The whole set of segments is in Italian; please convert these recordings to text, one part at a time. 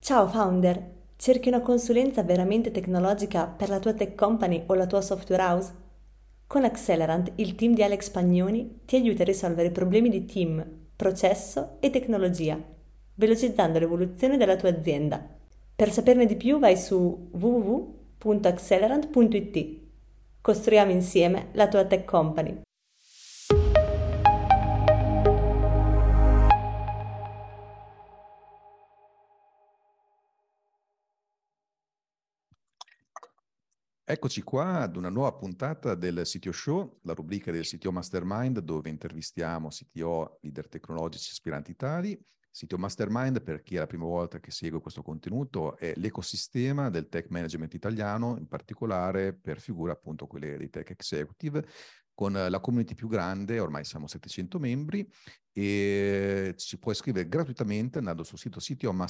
Ciao founder, cerchi una consulenza veramente tecnologica per la tua tech company o la tua software house? Con Accelerant, il team di Alex Pagnoni ti aiuta a risolvere problemi di team, processo e tecnologia, velocizzando l'evoluzione della tua azienda. Per saperne di più vai su www.accelerant.it. Costruiamo insieme la tua tech company. Eccoci qua ad una nuova puntata del CTO Show, la rubrica del CTO Mastermind, dove intervistiamo CTO, leader tecnologici, aspiranti tali. CTO Mastermind, per chi è la prima volta che segue questo contenuto, è l'ecosistema del tech management italiano, in particolare per figure appunto quelle dei tech executive, con la community più grande, ormai siamo 700 membri, e ci puoi iscrivere gratuitamente andando sul sito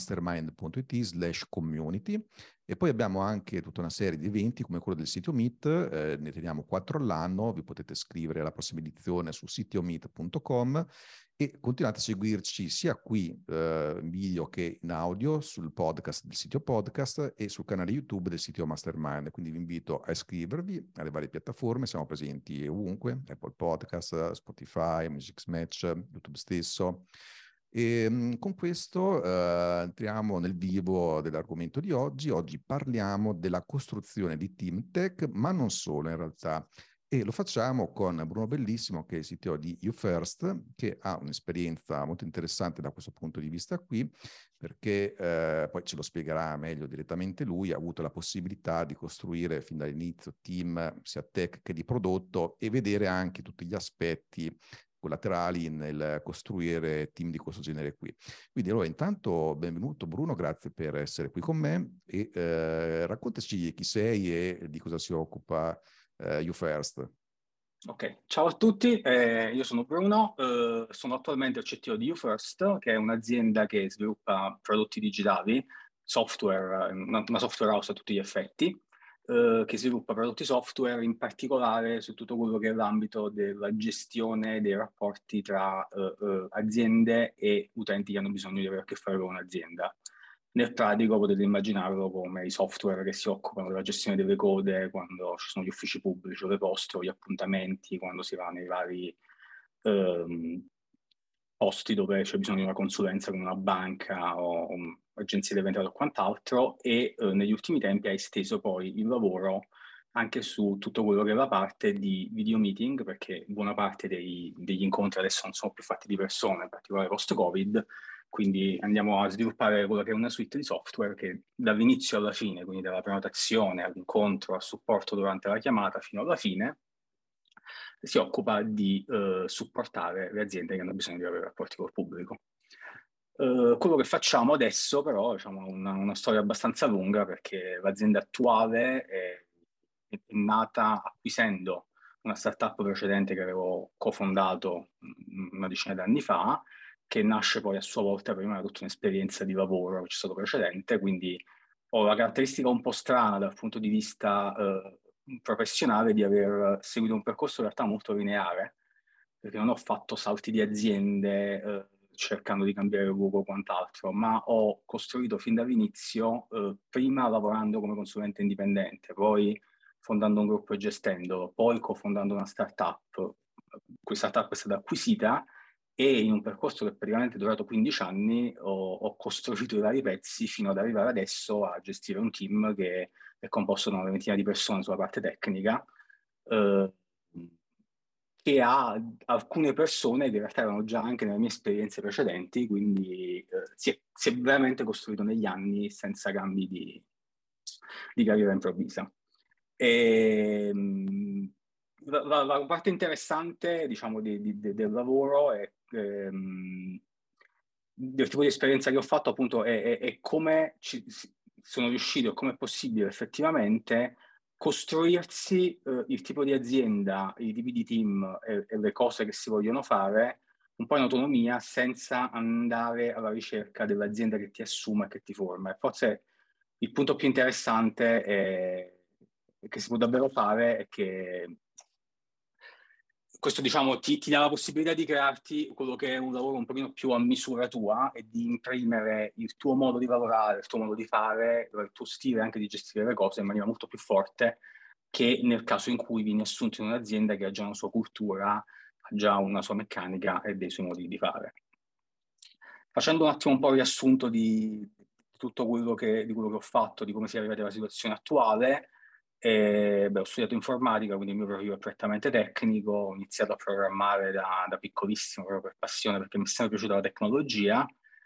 ctomastermind.it/community. E poi abbiamo anche tutta una serie di eventi come quello del sito Meet, ne teniamo 4 all'anno, vi potete iscrivere alla prossima edizione su sitiomeet.com e continuate a seguirci sia qui in video che in audio sul podcast del sito podcast e sul canale YouTube del sito Mastermind. Quindi vi invito a iscrivervi alle varie piattaforme, siamo presenti ovunque, Apple Podcast, Spotify, Music Match, YouTube stesso. E con questo entriamo nel vivo dell'argomento di oggi. Oggi parliamo della costruzione di team tech, ma non solo in realtà. E lo facciamo con Bruno Bellissimo, che è il CTO di YouFirst, che ha un'esperienza molto interessante da questo punto di vista qui, perché poi ce lo spiegherà meglio direttamente lui, ha avuto la possibilità di costruire fin dall'inizio team sia tech che di prodotto e vedere anche tutti gli aspetti collaterali nel costruire team di questo genere qui. Quindi allora intanto benvenuto Bruno, grazie per essere qui con me e raccontaci chi sei e di cosa si occupa YouFirst. Ok, ciao a tutti, io sono Bruno, sono attualmente il CTO di YouFirst, che è un'azienda che sviluppa prodotti digitali, software, una software house a tutti gli effetti, che sviluppa prodotti software in particolare su tutto quello che è l'ambito della gestione dei rapporti tra aziende e utenti che hanno bisogno di avere a che fare con un'azienda. Nel pratico potete immaginarlo come i software che si occupano della gestione delle code quando ci sono gli uffici pubblici o le poste o gli appuntamenti, quando si va nei vari posti dove c'è bisogno di una consulenza come una banca o un'agenzia di eventi o quant'altro, e negli ultimi tempi ha esteso poi il lavoro anche su tutto quello che è la parte di video meeting, perché buona parte degli incontri adesso non sono più fatti di persone, in particolare post-Covid, quindi andiamo a sviluppare quello che è una suite di software che dall'inizio alla fine, quindi dalla prenotazione all'incontro, al supporto durante la chiamata fino alla fine, si occupa di supportare le aziende che hanno bisogno di avere rapporti col pubblico. Quello che facciamo adesso però diciamo, una storia abbastanza lunga, perché l'azienda attuale è nata acquisendo una startup precedente che avevo cofondato una decina di anni fa, che nasce poi a sua volta prima da tutta un'esperienza di lavoro che c'è stato precedente, quindi ho la caratteristica un po' strana dal punto di vista professionale di aver seguito un percorso in realtà molto lineare, perché non ho fatto salti di aziende cercando di cambiare luogo o quant'altro, ma ho costruito fin dall'inizio, prima lavorando come consulente indipendente, poi fondando un gruppo e gestendolo, poi cofondando una startup. Questa startup è stata acquisita e in un percorso che praticamente è durato 15 anni ho costruito i vari pezzi fino ad arrivare adesso a gestire un team che è composto da una ventina di persone sulla parte tecnica, eh, che ha alcune persone che in realtà erano già anche nelle mie esperienze precedenti, quindi si è veramente costruito negli anni senza cambi di carriera improvvisa. La parte interessante, diciamo, del lavoro è del tipo di esperienza che ho fatto, appunto, è come sono riuscito, come è possibile effettivamente costruirsi il tipo di azienda, i tipi di team e le cose che si vogliono fare un po' in autonomia, senza andare alla ricerca dell'azienda che ti assume e che ti forma. E forse il punto più interessante che si può davvero fare è che questo diciamo ti dà la possibilità di crearti quello che è un lavoro un pochino più a misura tua e di imprimere il tuo modo di lavorare, il tuo modo di fare, il tuo stile anche di gestire le cose in maniera molto più forte che nel caso in cui vieni assunto in un'azienda che ha già una sua cultura, ha già una sua meccanica e dei suoi modi di fare. Facendo un attimo un po' il riassunto di tutto quello di quello che ho fatto, di come si è arrivati alla situazione attuale, ho studiato informatica, quindi il mio profilo è prettamente tecnico, ho iniziato a programmare da piccolissimo, proprio per passione, perché mi è sempre piaciuta la tecnologia,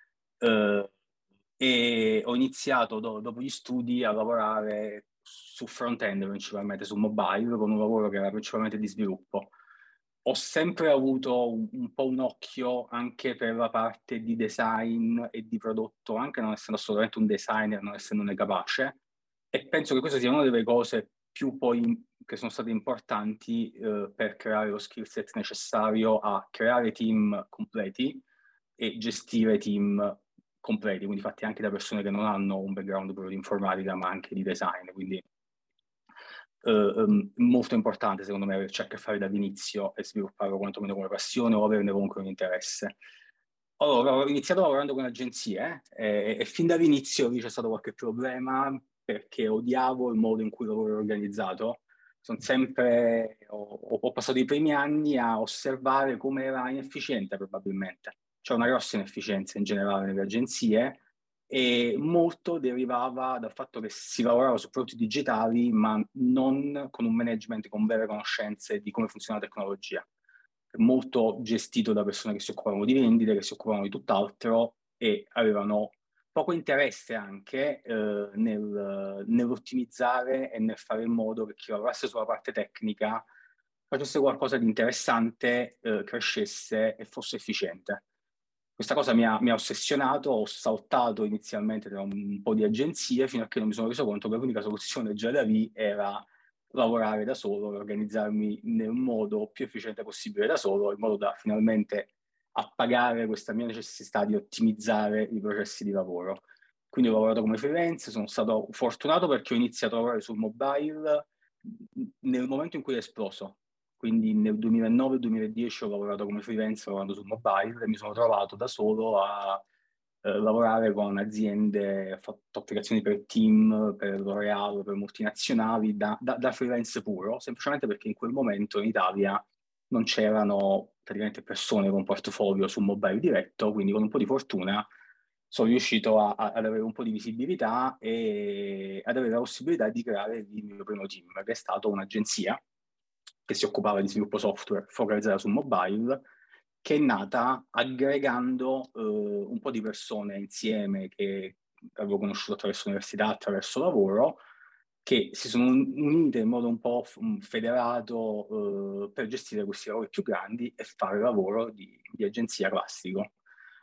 e ho iniziato dopo gli studi a lavorare su front-end, principalmente su mobile, con un lavoro che era principalmente di sviluppo. Ho sempre avuto un po' un occhio anche per la parte di design e di prodotto, anche non essendo assolutamente un designer, non essendone capace, e penso che questa sia una delle cose più poi che sono state importanti per creare lo skill set necessario a creare team completi e gestire team completi, quindi fatti anche da persone che non hanno un background proprio di informatica, ma anche di design, quindi molto importante secondo me averci a che fare dall'inizio e svilupparlo quantomeno come passione o averne comunque un interesse. Allora, ho iniziato lavorando con agenzie e fin dall'inizio lì c'è stato qualche problema perché odiavo il modo in cui il lavoro è organizzato. Ho passato i primi anni a osservare come era inefficiente probabilmente. C'è una grossa inefficienza in generale nelle agenzie e molto derivava dal fatto che si lavorava su prodotti digitali ma non con un management con vere conoscenze di come funziona la tecnologia. Molto gestito da persone che si occupavano di vendite, che si occupavano di tutt'altro e avevano poco interesse anche nell'ottimizzare e nel fare in modo che chi lavorasse sulla parte tecnica facesse qualcosa di interessante, crescesse e fosse efficiente. Questa cosa mi ha ossessionato, ho saltato inizialmente tra un po' di agenzie fino a che non mi sono reso conto che l'unica soluzione già da lì era lavorare da solo, organizzarmi nel modo più efficiente possibile da solo, in modo da finalmente appagare questa mia necessità di ottimizzare i processi di lavoro. Quindi ho lavorato come freelance, sono stato fortunato perché ho iniziato a lavorare sul mobile nel momento in cui è esploso. Quindi nel 2009-2010 ho lavorato come freelance lavorando sul mobile e mi sono trovato da solo a lavorare con aziende, ho fatto applicazioni per team, per L'Oreal, per multinazionali, da freelance puro, semplicemente perché in quel momento in Italia non c'erano praticamente persone con portfolio su mobile diretto, quindi con un po' di fortuna sono riuscito ad avere un po' di visibilità e ad avere la possibilità di creare il mio primo team, che è stato un'agenzia che si occupava di sviluppo software focalizzata su mobile, che è nata aggregando un po' di persone insieme che avevo conosciuto attraverso l'università, attraverso lavoro, che si sono unite in modo un po' federato per gestire questi lavori più grandi e fare lavoro di agenzia classico.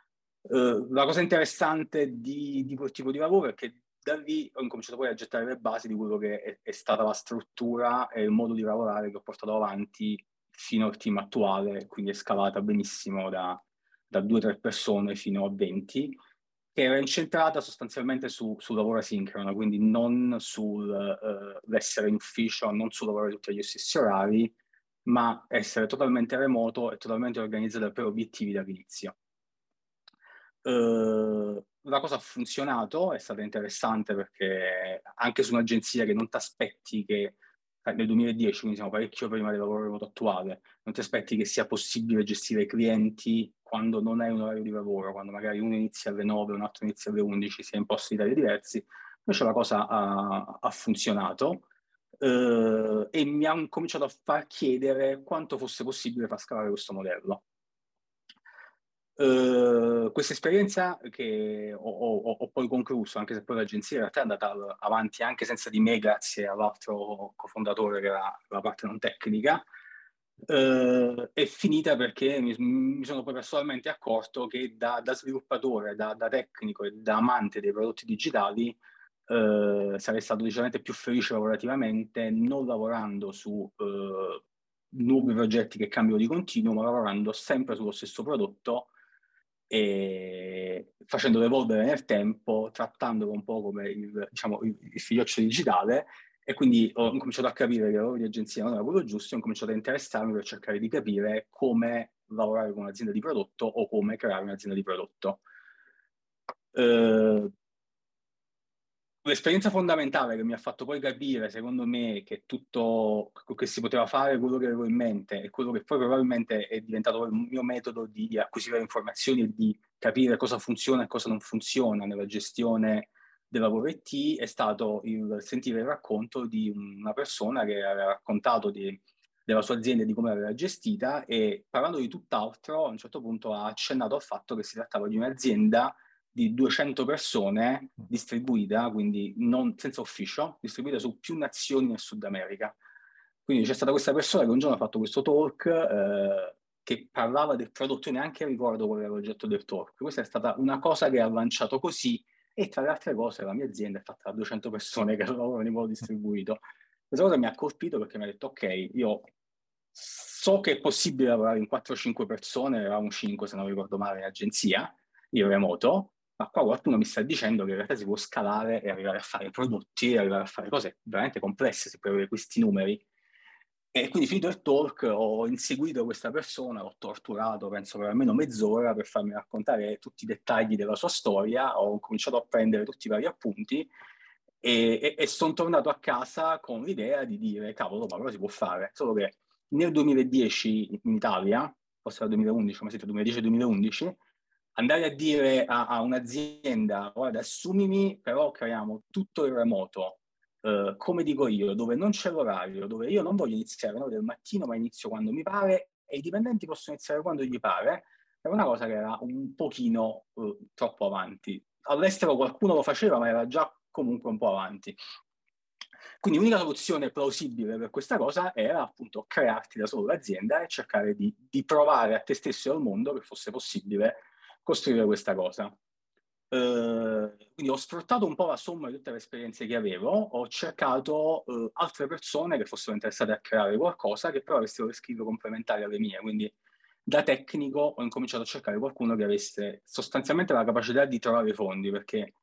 La cosa interessante di quel tipo di lavoro è che da lì ho incominciato poi a gettare le basi di quello che è stata la struttura e il modo di lavorare che ho portato avanti fino al team attuale, quindi è scalata benissimo da 2-3 persone fino a 20, che era incentrata sostanzialmente sul lavoro asincrono, quindi non sull'essere in ufficio, non sul lavorare tutti agli stessi orari, ma essere totalmente remoto e totalmente organizzato per obiettivi dall'inizio. La cosa ha funzionato, è stata interessante perché anche su un'agenzia che non ti aspetti che nel 2010, quindi siamo parecchio prima del lavoro remoto attuale, non ti aspetti che sia possibile gestire clienti quando non hai un orario di lavoro, quando magari uno inizia alle 9, un altro inizia alle 11, si è in posti di diversi. Invece la cosa ha funzionato e mi ha cominciato a far chiedere quanto fosse possibile far scalare questo modello. Questa esperienza che ho poi concluso, anche se poi l'agenzia in realtà è andata avanti anche senza di me, grazie all'altro cofondatore che era la parte non tecnica, è finita perché mi sono poi personalmente accorto che da sviluppatore, da tecnico e da amante dei prodotti digitali sarei stato decisamente più felice lavorativamente non lavorando su nuovi progetti che cambiano di continuo, ma lavorando sempre sullo stesso prodotto e facendolo evolvere nel tempo, trattandolo un po' come il figlioccio digitale E quindi ho incominciato a capire che il lavoro di agenzia non era quello giusto, e ho incominciato a interessarmi per cercare di capire come lavorare con un'azienda di prodotto o come creare un'azienda di prodotto. L'esperienza fondamentale che mi ha fatto poi capire, secondo me, che tutto che si poteva fare, quello che avevo in mente e quello che poi probabilmente è diventato il mio metodo di acquisire informazioni e di capire cosa funziona e cosa non funziona nella gestione del lavoro IT, è stato il sentire il racconto di una persona che aveva raccontato della sua azienda e di come l'aveva gestita, e parlando di tutt'altro, a un certo punto ha accennato al fatto che si trattava di un'azienda di 200 persone distribuita, quindi non, senza ufficio, distribuita su più nazioni nel Sud America. Quindi c'è stata questa persona che un giorno ha fatto questo talk che parlava del prodotto, io neanche ricordo qual era l'oggetto del talk. Questa è stata una cosa che ha lanciato così, e tra le altre cose la mia azienda è fatta da 200 persone che lavorano in modo distribuito. Questa cosa mi ha colpito perché mi ha detto, ok, io so che è possibile lavorare in 4-5 persone, eravamo 5 se non ricordo male in agenzia, in remoto, ma qua qualcuno mi sta dicendo che in realtà si può scalare e arrivare a fare prodotti, e arrivare a fare cose veramente complesse se puoi avere questi numeri. E quindi finito il talk ho inseguito questa persona, l'ho torturato penso per almeno mezz'ora per farmi raccontare tutti i dettagli della sua storia, ho cominciato a prendere tutti i vari appunti e sono tornato a casa con l'idea di dire cavolo, ma cosa si può fare? Solo che nel 2010 in Italia, forse era 2011, ma siete 2010-2011, andare a dire a un'azienda, guarda, assumimi, però creiamo tutto il remoto, come dico io, dove non c'è l'orario, dove io non voglio iniziare alle 9 del mattino, ma inizio quando mi pare, e i dipendenti possono iniziare quando gli pare, è una cosa che era un pochino troppo avanti. All'estero qualcuno lo faceva, ma era già comunque un po' avanti. Quindi l'unica soluzione plausibile per questa cosa era appunto crearti da solo l'azienda e cercare di provare a te stesso e al mondo che fosse possibile costruire questa cosa. Quindi ho sfruttato un po' la somma di tutte le esperienze che avevo, ho cercato altre persone che fossero interessate a creare qualcosa che però avessero le skill complementari alle mie, quindi da tecnico ho incominciato a cercare qualcuno che avesse sostanzialmente la capacità di trovare fondi, perché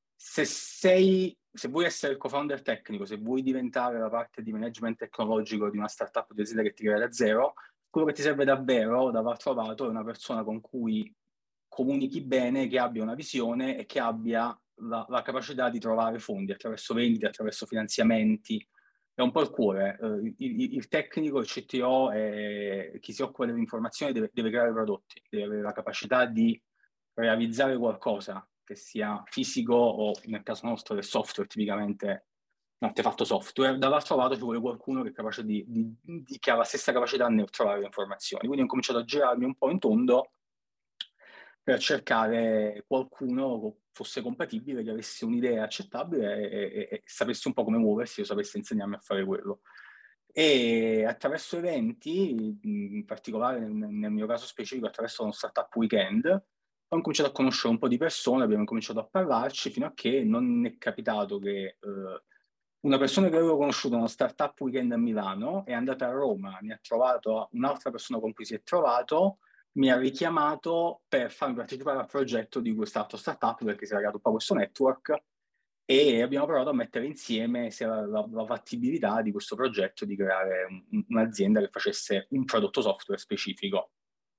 se vuoi essere il co-founder tecnico, se vuoi diventare la parte di management tecnologico di una startup di azienda che ti crea da zero, quello che ti serve davvero da aver trovato è una persona con cui comunichi bene, che abbia una visione e che abbia la capacità di trovare fondi attraverso vendite, attraverso finanziamenti. È un po' il cuore. Il tecnico, il CTO, chi si occupa dell'informazione deve creare prodotti, deve avere la capacità di realizzare qualcosa, che sia fisico o nel caso nostro del software, tipicamente un artefatto software. Dall'altro lato ci vuole qualcuno che è capace che ha la stessa capacità nel trovare le informazioni. Quindi ho cominciato a girarmi un po' in tondo per cercare qualcuno che fosse compatibile, che avesse un'idea accettabile e sapesse un po' come muoversi, o sapesse insegnarmi a fare quello. E attraverso eventi, in particolare nel mio caso specifico attraverso uno startup weekend, ho cominciato a conoscere un po' di persone, abbiamo cominciato a parlarci fino a che non è capitato che una persona che avevo conosciuto a uno startup weekend a Milano è andata a Roma, mi ha trovato un'altra persona con cui si è trovato, mi ha richiamato per farmi partecipare al progetto di quest'altro startup perché si era creato un po' questo network, e abbiamo provato a mettere insieme la fattibilità di questo progetto di creare un'azienda che facesse un prodotto software specifico.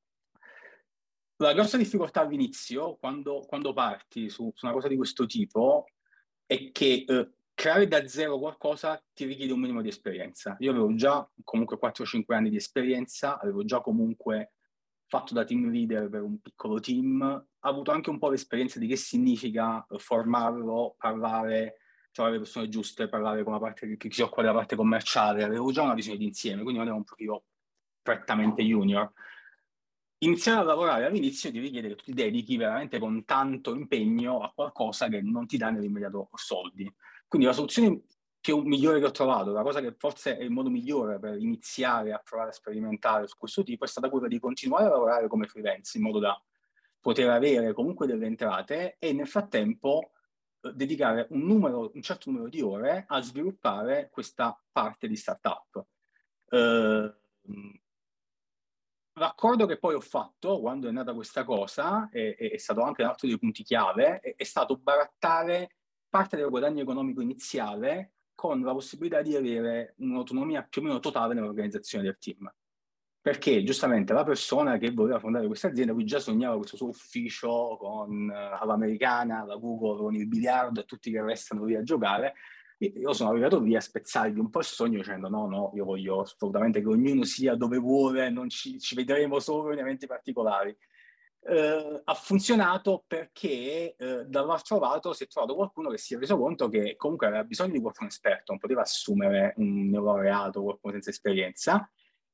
La grossa difficoltà all'inizio, quando parti su una cosa di questo tipo, è che creare da zero qualcosa ti richiede un minimo di esperienza. Io avevo già comunque 4-5 anni di esperienza, avevo già comunque fatto da team leader per un piccolo team, ho avuto anche un po' l'esperienza di che significa formarlo, parlare, trovare le persone giuste, parlare con la parte che si occupa della parte commerciale, avevo già una visione d'insieme, quindi non ero un profilo prettamente junior. Iniziare a lavorare all'inizio ti richiede che tu ti dedichi veramente con tanto impegno a qualcosa che non ti dà nell'immediato soldi. Quindi la soluzione migliore che ho trovato, la cosa che forse è il modo migliore per iniziare a provare a sperimentare su questo tipo, è stata quella di continuare a lavorare come freelance in modo da poter avere comunque delle entrate e nel frattempo dedicare un certo numero di ore a sviluppare questa parte di startup. L'accordo che poi ho fatto quando è nata questa cosa, è stato anche un altro dei punti chiave, è stato barattare parte del guadagno economico iniziale con la possibilità di avere un'autonomia più o meno totale nell'organizzazione del team. Perché giustamente la persona che voleva fondare questa azienda, lui già sognava questo suo ufficio con all'americana, la Google, con il biliardo e tutti che restano lì a giocare. Io sono arrivato lì a spezzargli un po' il sogno dicendo no, io voglio assolutamente che ognuno sia dove vuole, non ci vedremo solo in eventi particolari. Ha funzionato perché dall'altro lato si è trovato qualcuno che si è reso conto che comunque aveva bisogno di qualcuno esperto, non poteva assumere un neolaureato, qualcuno senza esperienza,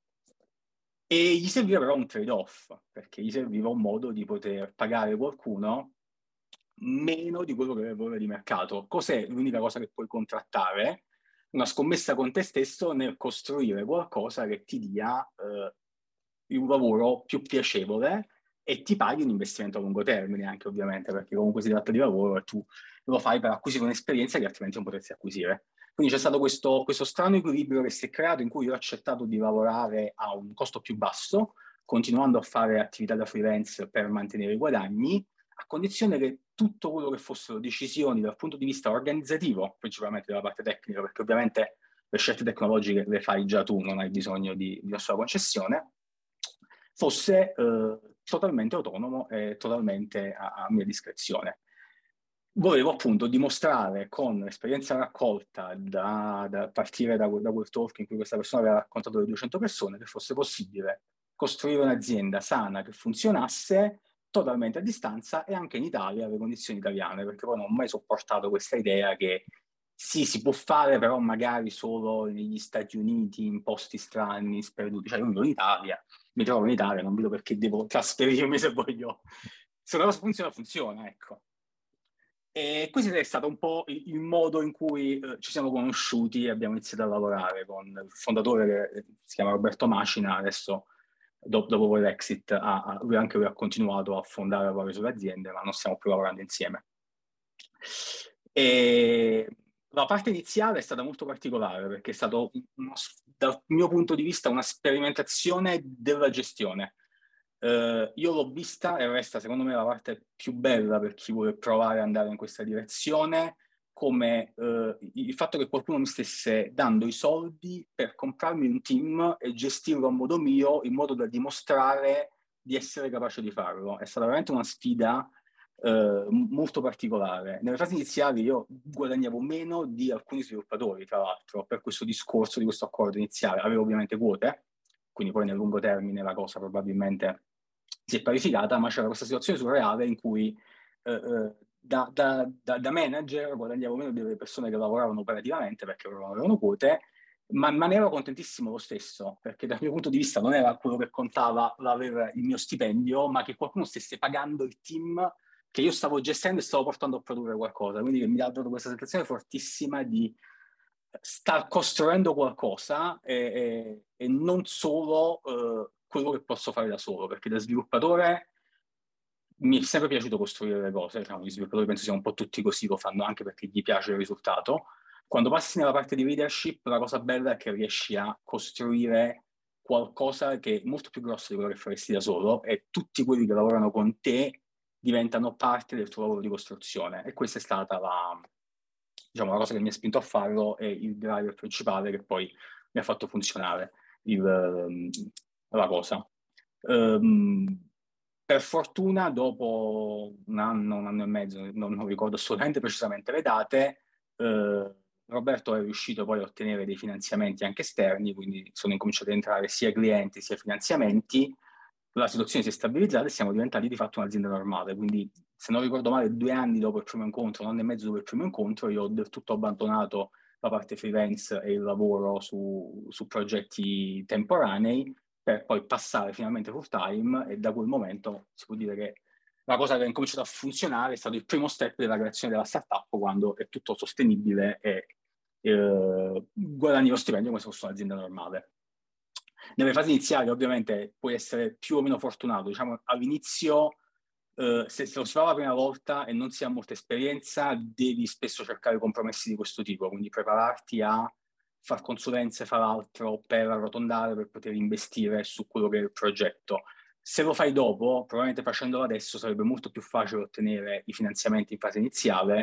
e gli serviva però un trade-off, perché gli serviva un modo di poter pagare qualcuno meno di quello che aveva valore di mercato. Cos'è l'unica cosa che puoi contrattare? Una scommessa con te stesso nel costruire qualcosa che ti dia un lavoro più piacevole e ti paghi un investimento a lungo termine anche, ovviamente, perché comunque si tratta di lavoro e tu lo fai per acquisire un'esperienza che altrimenti non potresti acquisire. Quindi c'è stato questo strano equilibrio che si è creato in cui io ho accettato di lavorare a un costo più basso, continuando a fare attività da freelance per mantenere i guadagni, a condizione che tutto quello che fossero decisioni dal punto di vista organizzativo, principalmente dalla parte tecnica, perché ovviamente le scelte tecnologiche le fai già tu, non hai bisogno di nessuna concessione, fosse totalmente autonomo e totalmente a mia discrezione. Volevo appunto dimostrare con l'esperienza raccolta da partire da quel talk in cui questa persona aveva raccontato le 200 persone che fosse possibile costruire un'azienda sana che funzionasse totalmente a distanza e anche in Italia, alle condizioni italiane, perché poi non ho mai sopportato questa idea che sì, si può fare, però magari solo negli Stati Uniti, in posti strani, sperduti. Cioè, io vivo in Italia, mi trovo in Italia, non vedo perché devo trasferirmi se voglio. Se una cosa funziona, funziona, ecco. E questo è stato un po' il modo in cui ci siamo conosciuti e abbiamo iniziato a lavorare con il fondatore che si chiama Roberto Macina, adesso dopo l'exit lui anche lui ha continuato a fondare e lavorare sulle aziende, ma non stiamo più lavorando insieme. E la parte iniziale è stata molto particolare perché è stato, dal mio punto di vista, una sperimentazione della gestione. Io l'ho vista e resta secondo me la parte più bella per chi vuole provare ad andare in questa direzione, come il fatto che qualcuno mi stesse dando i soldi per comprarmi un team e gestirlo a modo mio, in modo da dimostrare di essere capace di farlo. È stata veramente una sfida molto particolare. Nelle fasi iniziali io guadagnavo meno di alcuni sviluppatori, tra l'altro, per questo discorso di questo accordo iniziale. Avevo ovviamente quote, quindi poi nel lungo termine la cosa probabilmente si è parificata, ma c'era questa situazione surreale in cui da manager guadagnavo meno delle persone che lavoravano operativamente perché avevano quote, ma ne ero contentissimo lo stesso, perché dal mio punto di vista non era quello che contava l'avere il mio stipendio, ma che qualcuno stesse pagando il team che io stavo gestendo e stavo portando a produrre qualcosa. Quindi mi ha dato questa sensazione fortissima di star costruendo qualcosa e non solo quello che posso fare da solo, perché da sviluppatore mi è sempre piaciuto costruire le cose, diciamo, gli sviluppatori penso siano un po' tutti così, lo fanno anche perché gli piace il risultato. Quando passi nella parte di leadership, la cosa bella è che riesci a costruire qualcosa che è molto più grosso di quello che faresti da solo e tutti quelli che lavorano con te diventano parte del tuo lavoro di costruzione. E questa è stata diciamo, la cosa che mi ha spinto a farlo e il driver principale che poi mi ha fatto funzionare la cosa. Per fortuna, dopo un anno e mezzo, non ricordo assolutamente precisamente le date, Roberto è riuscito poi a ottenere dei finanziamenti anche esterni, quindi sono incominciati ad entrare sia clienti sia finanziamenti, la situazione si è stabilizzata e siamo diventati di fatto un'azienda normale, quindi se non ricordo male 2 anni dopo il primo incontro, un anno e mezzo dopo il primo incontro, io ho del tutto abbandonato la parte freelance e il lavoro su progetti temporanei per poi passare finalmente full time e da quel momento si può dire che la cosa che ha incominciato a funzionare è stato il primo step della creazione della startup quando è tutto sostenibile e guadagni lo stipendio come se fosse un'azienda normale. Nelle fasi iniziali ovviamente puoi essere più o meno fortunato, diciamo all'inizio se lo si fa la prima volta e non si ha molta esperienza devi spesso cercare compromessi di questo tipo, quindi prepararti a far consulenze, far altro per arrotondare, per poter investire su quello che è il progetto. Se lo fai dopo, probabilmente facendolo adesso sarebbe molto più facile ottenere i finanziamenti in fase iniziale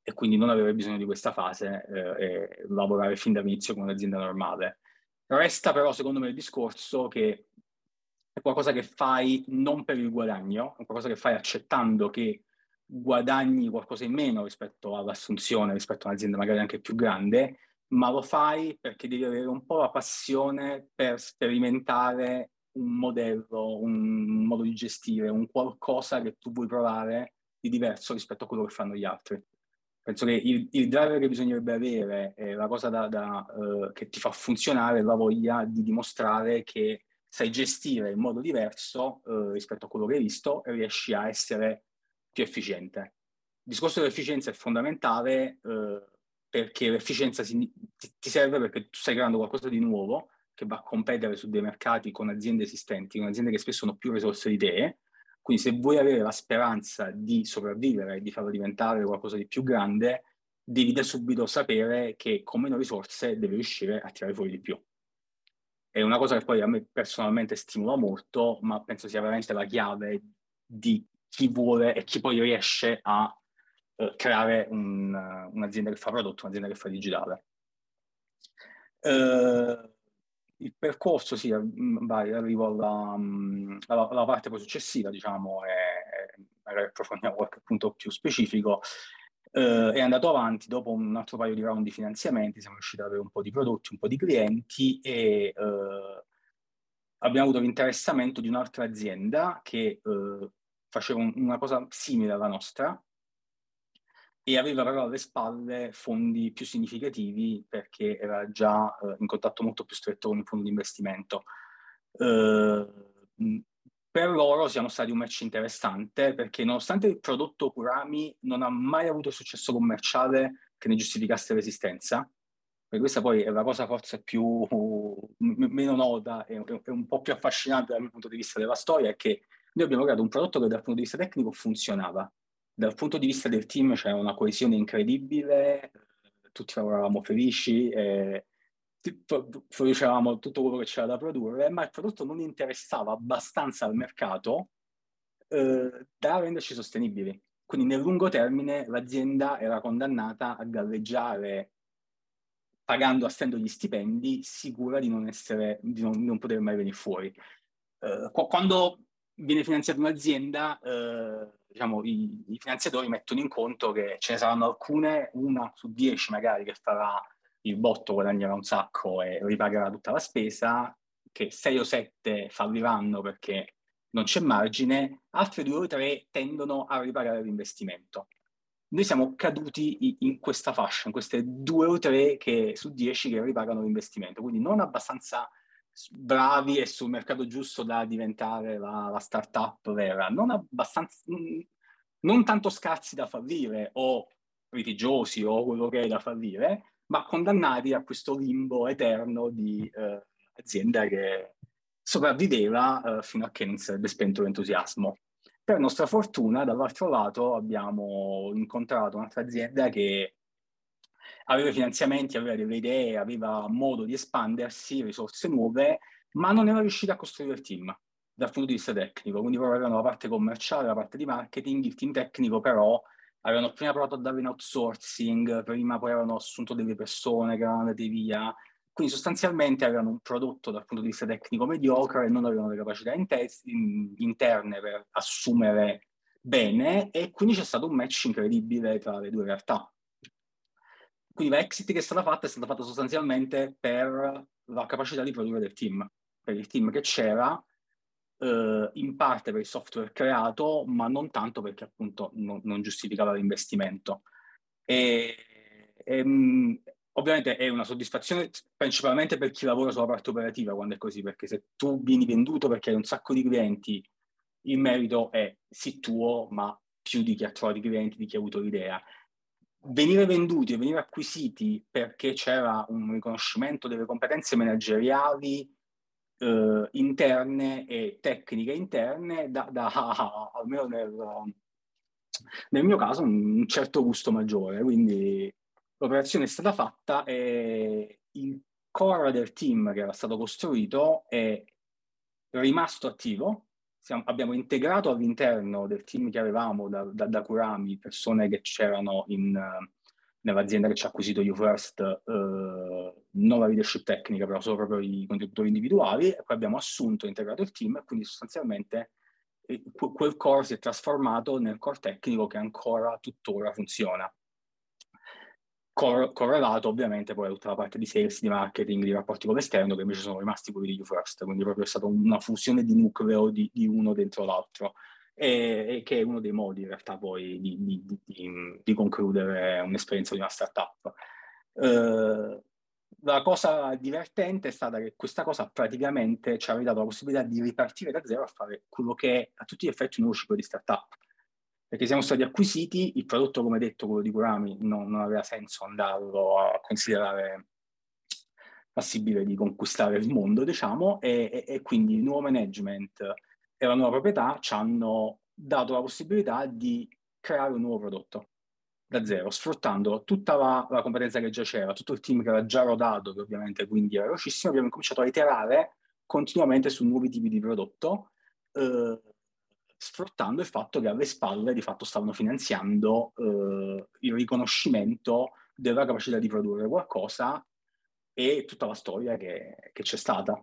e quindi non avere bisogno di questa fase e lavorare fin dall'inizio come un'azienda normale. Resta però, secondo me, il discorso che è qualcosa che fai non per il guadagno, è qualcosa che fai accettando che guadagni qualcosa in meno rispetto all'assunzione, rispetto a un'azienda magari anche più grande, ma lo fai perché devi avere un po' la passione per sperimentare un modello, un modo di gestire, un qualcosa che tu vuoi provare di diverso rispetto a quello che fanno gli altri. Penso che il driver che bisognerebbe avere, la cosa che ti fa funzionare, è la voglia di dimostrare che sai gestire in modo diverso rispetto a quello che hai visto e riesci a essere più efficiente. Il discorso dell'efficienza è fondamentale perché l'efficienza ti serve perché tu stai creando qualcosa di nuovo che va a competere su dei mercati con aziende esistenti, con aziende che spesso hanno più risorse di te. Quindi se vuoi avere la speranza di sopravvivere e di farlo diventare qualcosa di più grande, devi da subito sapere che con meno risorse devi riuscire a tirare fuori di più. È una cosa che poi a me personalmente stimola molto, ma penso sia veramente la chiave di chi vuole e chi poi riesce a creare un'azienda che fa prodotto, un'azienda che fa digitale. Il percorso, sì, arrivo alla parte poi successiva, diciamo, e magari approfondiamo qualche punto più specifico. È andato avanti, dopo un altro paio di round di finanziamenti, siamo riusciti ad avere un po' di prodotti, un po' di clienti e abbiamo avuto l'interessamento di un'altra azienda che faceva una cosa simile alla nostra e aveva però alle spalle fondi più significativi perché era già in contatto molto più stretto con il fondo di investimento. Per loro siamo stati un match interessante perché nonostante il prodotto Kurami non ha mai avuto successo commerciale che ne giustificasse l'esistenza, perché questa poi è la cosa forse più meno nota e un po' più affascinante dal mio punto di vista della storia, è che noi abbiamo creato un prodotto che dal punto di vista tecnico funzionava. Dal punto di vista del team c'era una coesione incredibile, tutti lavoravamo felici, producevamo tutto quello che c'era da produrre, ma il prodotto non interessava abbastanza al mercato da renderci sostenibili. Quindi nel lungo termine l'azienda era condannata a galleggiare pagando a stento gli stipendi, sicura di non poter mai venire fuori. Quando viene finanziata un'azienda, diciamo, i finanziatori mettono in conto che ce ne saranno alcune, una su 10 magari, che farà il botto, guadagnerà un sacco e ripagherà tutta la spesa, che 6 o 7 falliranno perché non c'è margine, altre 2 o 3 tendono a ripagare l'investimento. Noi siamo caduti in questa fascia, in queste 2 o 3 su 10 che ripagano l'investimento, quindi non abbastanza bravi e sul mercato giusto da diventare la startup vera, non tanto scarsi da fallire o litigiosi o quello che è da fallire, ma condannati a questo limbo eterno di azienda che sopravviveva fino a che non sarebbe spento l'entusiasmo. Per nostra fortuna, dall'altro lato, abbiamo incontrato un'altra azienda che aveva finanziamenti, aveva delle idee, aveva modo di espandersi, risorse nuove, ma non era riuscita a costruire il team dal punto di vista tecnico. Quindi loro avevano la parte commerciale, la parte di marketing, il team tecnico però avevano prima provato a dare in outsourcing, prima poi avevano assunto delle persone che erano andate via. Quindi sostanzialmente avevano un prodotto dal punto di vista tecnico mediocre e non avevano le capacità interne per assumere bene, e quindi c'è stato un match incredibile tra le due realtà. Quindi la exit che è stata fatta sostanzialmente per la capacità di produrre del team, per il team che c'era, in parte per il software creato, ma non tanto perché appunto non giustificava l'investimento. Ovviamente è una soddisfazione principalmente per chi lavora sulla parte operativa quando è così, perché se tu vieni venduto perché hai un sacco di clienti, il merito è sì tuo, ma più di chi ha trovato i clienti, di chi ha avuto l'idea. Venire venduti e venire acquisiti perché c'era un riconoscimento delle competenze manageriali interne e tecniche interne, almeno nel mio caso, un certo gusto maggiore. Quindi l'operazione è stata fatta e il core del team che era stato costruito è rimasto attivo. Abbiamo integrato all'interno del team che avevamo da Kurami persone che c'erano nell'azienda che ci ha acquisito YouFirst, non la leadership tecnica, però solo proprio i contributori individuali, e poi abbiamo assunto e integrato il team, e quindi sostanzialmente quel core si è trasformato nel core tecnico che ancora tuttora funziona. Correlato ovviamente poi a tutta la parte di sales, di marketing, di rapporti con l'esterno, che invece sono rimasti quelli di YouFirst, quindi proprio è stata una fusione di nucleo di uno dentro l'altro, e che è uno dei modi in realtà poi di concludere un'esperienza di una startup. La cosa divertente è stata che questa cosa praticamente ci ha dato la possibilità di ripartire da zero a fare quello che è a tutti gli effetti un nuovo ciclo di startup. Perché siamo stati acquisiti, il prodotto, come detto, quello di Kurami, non aveva senso andarlo a considerare passibile di conquistare il mondo, diciamo, e quindi il nuovo management e la nuova proprietà ci hanno dato la possibilità di creare un nuovo prodotto da zero, sfruttando tutta la competenza che già c'era, tutto il team che era già rodato, che ovviamente quindi era velocissimo. Abbiamo cominciato a iterare continuamente su nuovi tipi di prodotto, sfruttando il fatto che alle spalle di fatto stavano finanziando il riconoscimento della capacità di produrre qualcosa e tutta la storia che c'è stata.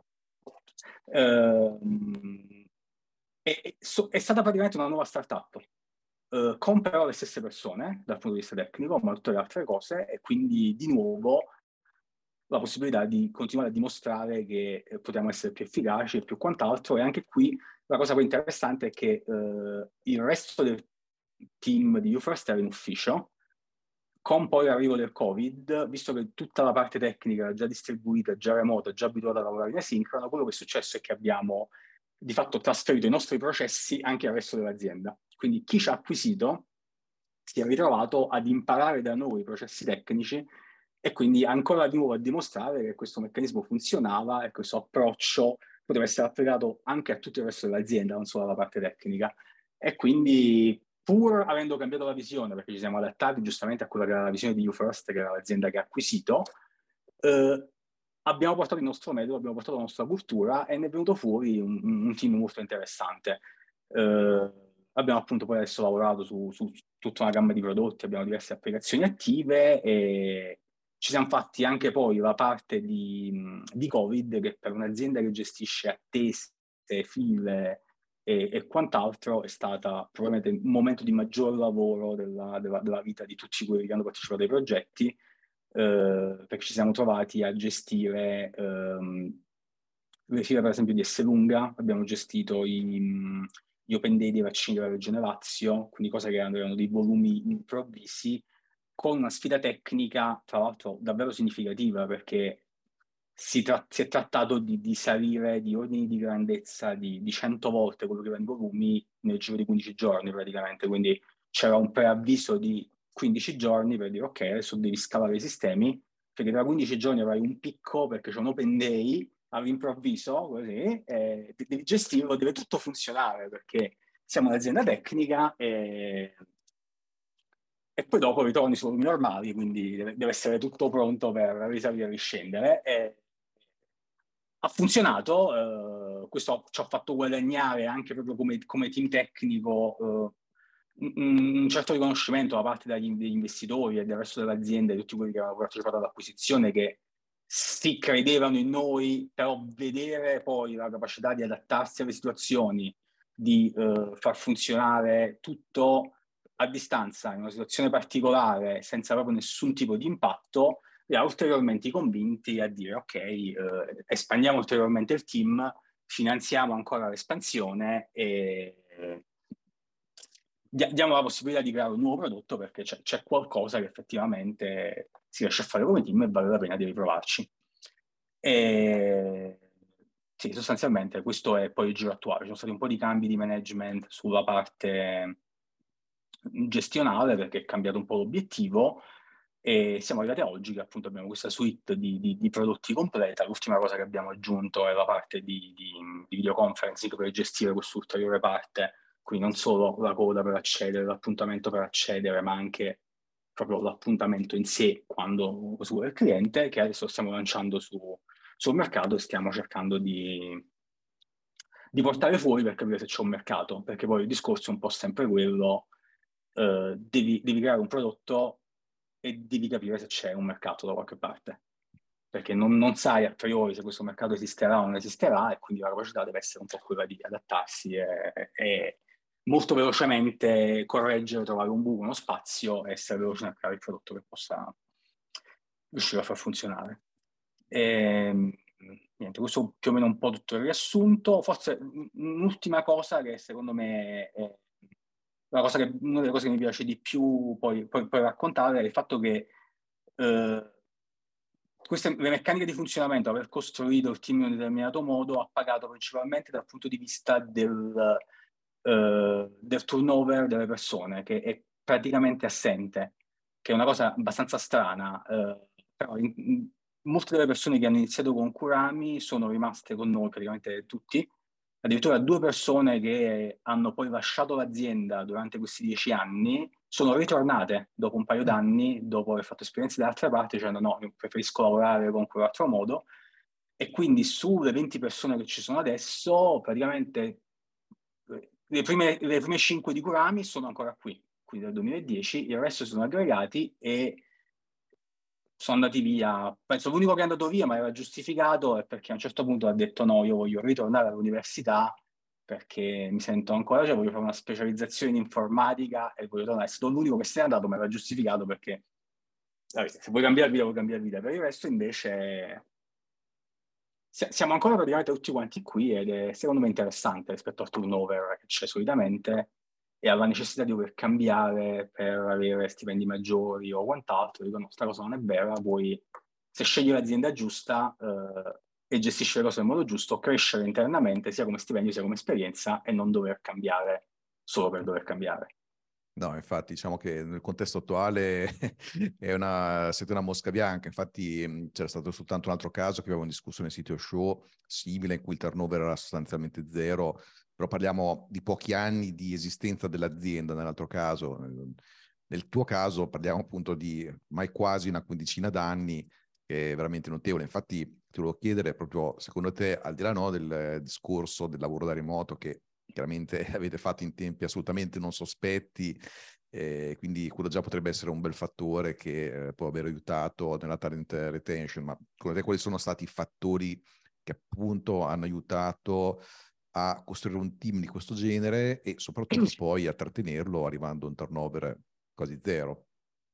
È stata praticamente una nuova startup, con però le stesse persone dal punto di vista tecnico, ma tutte le altre cose, e quindi di nuovo la possibilità di continuare a dimostrare che potremmo essere più efficaci e più quant'altro. E anche qui la cosa poi interessante è che il resto del team di YouFirst era in ufficio. Con poi l'arrivo del Covid, visto che tutta la parte tecnica era già distribuita, già remota, già abituata a lavorare in asincrono, quello che è successo è che abbiamo di fatto trasferito i nostri processi anche al resto dell'azienda. Quindi chi ci ha acquisito si è ritrovato ad imparare da noi i processi tecnici, e quindi ancora di nuovo a dimostrare che questo meccanismo funzionava e questo approccio poteva essere applicato anche a tutto il resto dell'azienda, non solo alla parte tecnica. E quindi, pur avendo cambiato la visione, perché ci siamo adattati giustamente a quella che era la visione di YouFirst, che era l'azienda che ha acquisito, abbiamo portato il nostro metodo, abbiamo portato la nostra cultura, e ne è venuto fuori un team molto interessante. Abbiamo appunto poi adesso lavorato su tutta una gamma di prodotti, abbiamo diverse applicazioni attive, e ci siamo fatti anche poi la parte di Covid, che per un'azienda che gestisce attese, file e quant'altro è stata probabilmente il momento di maggior lavoro della vita di tutti quelli che hanno partecipato ai progetti, perché ci siamo trovati a gestire le file per esempio di Esselunga, abbiamo gestito gli open day dei vaccini della Regione Lazio, quindi cose che erano dei volumi improvvisi, con una sfida tecnica, tra l'altro, davvero significativa, perché si è trattato di salire di ordini di grandezza di 100 volte quello che erano i volumi nel giro di 15 giorni praticamente, quindi c'era un preavviso di 15 giorni per dire ok, adesso devi scalare i sistemi, perché tra 15 giorni avrai un picco perché c'è un open day all'improvviso, così, devi gestirlo, deve tutto funzionare, perché siamo un'azienda tecnica e poi dopo ritorni su volumi normali, quindi deve essere tutto pronto per risalire e riscendere. Ha funzionato, questo ci ha fatto guadagnare anche proprio come team tecnico un certo riconoscimento da parte degli investitori e del resto dell'azienda, di tutti quelli che avevano partecipato all'acquisizione, che si credevano in noi, però vedere poi la capacità di adattarsi alle situazioni, di far funzionare tutto a distanza in una situazione particolare senza proprio nessun tipo di impatto, li ha ulteriormente convinti a dire ok, espandiamo ulteriormente il team, finanziamo ancora l'espansione e diamo la possibilità di creare un nuovo prodotto, perché c'è qualcosa che effettivamente si riesce a fare come team e vale la pena di riprovarci. E sì, sostanzialmente questo è poi il giro attuale. Ci sono stati un po' di cambi di management sulla parte gestionale, perché è cambiato un po' l'obiettivo, e siamo arrivati a oggi che appunto abbiamo questa suite di prodotti completa. L'ultima cosa che abbiamo aggiunto è la parte di videoconferencing per gestire quest'ulteriore parte, quindi non solo la coda per accedere, l'appuntamento per accedere, ma anche proprio l'appuntamento in sé quando lo vuole il cliente, che adesso stiamo lanciando sul mercato e stiamo cercando di portare fuori per capire se c'è un mercato, perché poi il discorso è un po' sempre quello, devi creare un prodotto e devi capire se c'è un mercato da qualche parte, perché non sai a priori se questo mercato esisterà o non esisterà, e quindi la capacità deve essere un po' quella di adattarsi e molto velocemente correggere, trovare un buco, uno spazio e essere veloce nel creare il prodotto che possa riuscire a far funzionare. Niente, questo più o meno un po' tutto il riassunto. Forse un'ultima cosa che secondo me è una delle cose che mi piace di più poi raccontare è il fatto che le meccaniche di funzionamento, aver costruito il team in un determinato modo, ha pagato principalmente dal punto di vista del turnover delle persone, che è praticamente assente, che è una cosa abbastanza strana, però molte delle persone che hanno iniziato con Kurami sono rimaste con noi, praticamente tutti. Addirittura 2 persone che hanno poi lasciato l'azienda durante questi 10 anni sono ritornate dopo un paio d'anni, dopo aver fatto esperienze da altre parti, dicendo no, io preferisco lavorare con quell'altro modo. E quindi sulle 20 persone che ci sono adesso, praticamente le prime 5 di Kurami sono ancora qui, quindi dal 2010, il resto sono aggregati e sono andati via. Penso l'unico che è andato via, ma era giustificato, è perché a un certo punto ha detto no, io voglio ritornare all'università perché mi sento ancora, cioè voglio fare una specializzazione in informatica e voglio tornare. È stato l'unico che se n'è andato, ma era giustificato perché se vuoi cambiare vita, vuoi cambiare vita. Per il resto invece siamo ancora praticamente tutti quanti qui ed è secondo me interessante rispetto al turnover che c'è solitamente e alla necessità di dover cambiare per avere stipendi maggiori o quant'altro. Dico no, questa cosa non è vera, vuoi, se scegli l'azienda giusta e gestisci le cose nel modo giusto, crescere internamente sia come stipendio sia come esperienza e non dover cambiare solo per dover cambiare. No, infatti diciamo che nel contesto attuale siete una mosca bianca. Infatti c'era stato soltanto un altro caso che avevamo discusso nel sito show simile, in cui il turnover era sostanzialmente zero, però parliamo di pochi anni di esistenza dell'azienda nell'altro caso. Nel tuo caso parliamo appunto di mai quasi una quindicina d'anni, che è veramente notevole. Infatti ti volevo chiedere proprio, secondo te, al di là del discorso del lavoro da remoto, che chiaramente avete fatto in tempi assolutamente non sospetti, quindi quello già potrebbe essere un bel fattore che può aver aiutato nella talent retention, ma secondo te quali sono stati i fattori che appunto hanno aiutato a costruire un team di questo genere e soprattutto poi a trattenerlo arrivando a un turnover quasi zero?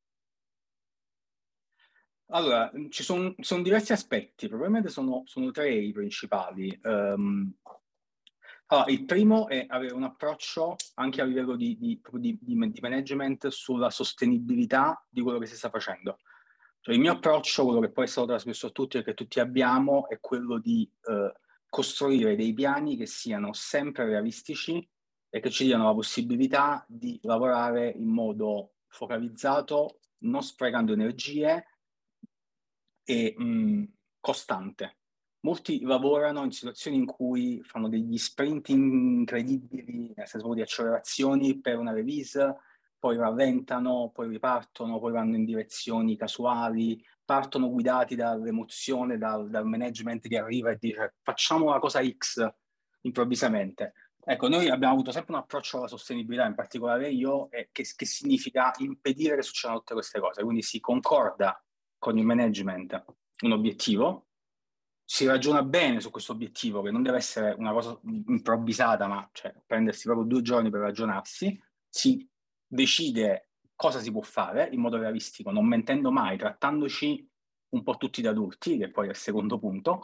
Allora, ci sono diversi aspetti, probabilmente sono 3 i principali. Allora, il primo è avere un approccio anche a livello di management sulla sostenibilità di quello che si sta facendo. Cioè, il mio approccio, quello che poi è stato trasmesso a tutti e che tutti abbiamo, è quello di costruire dei piani che siano sempre realistici e che ci diano la possibilità di lavorare in modo focalizzato, non sprecando energie e costante. Molti lavorano in situazioni in cui fanno degli sprint incredibili, nel senso di accelerazioni per una release, poi rallentano, poi ripartono, poi vanno in direzioni casuali, partono guidati dall'emozione, dal management che arriva e dice facciamo la cosa X improvvisamente. Ecco, noi abbiamo avuto sempre un approccio alla sostenibilità, in particolare io, che significa impedire che succedano tutte queste cose. Quindi si concorda con il management un obiettivo, si ragiona bene su questo obiettivo, che non deve essere una cosa improvvisata, ma cioè, prendersi proprio 2 giorni per ragionarsi, si decide cosa si può fare in modo realistico, non mentendo mai, trattandoci un po' tutti da adulti, che poi è il secondo punto,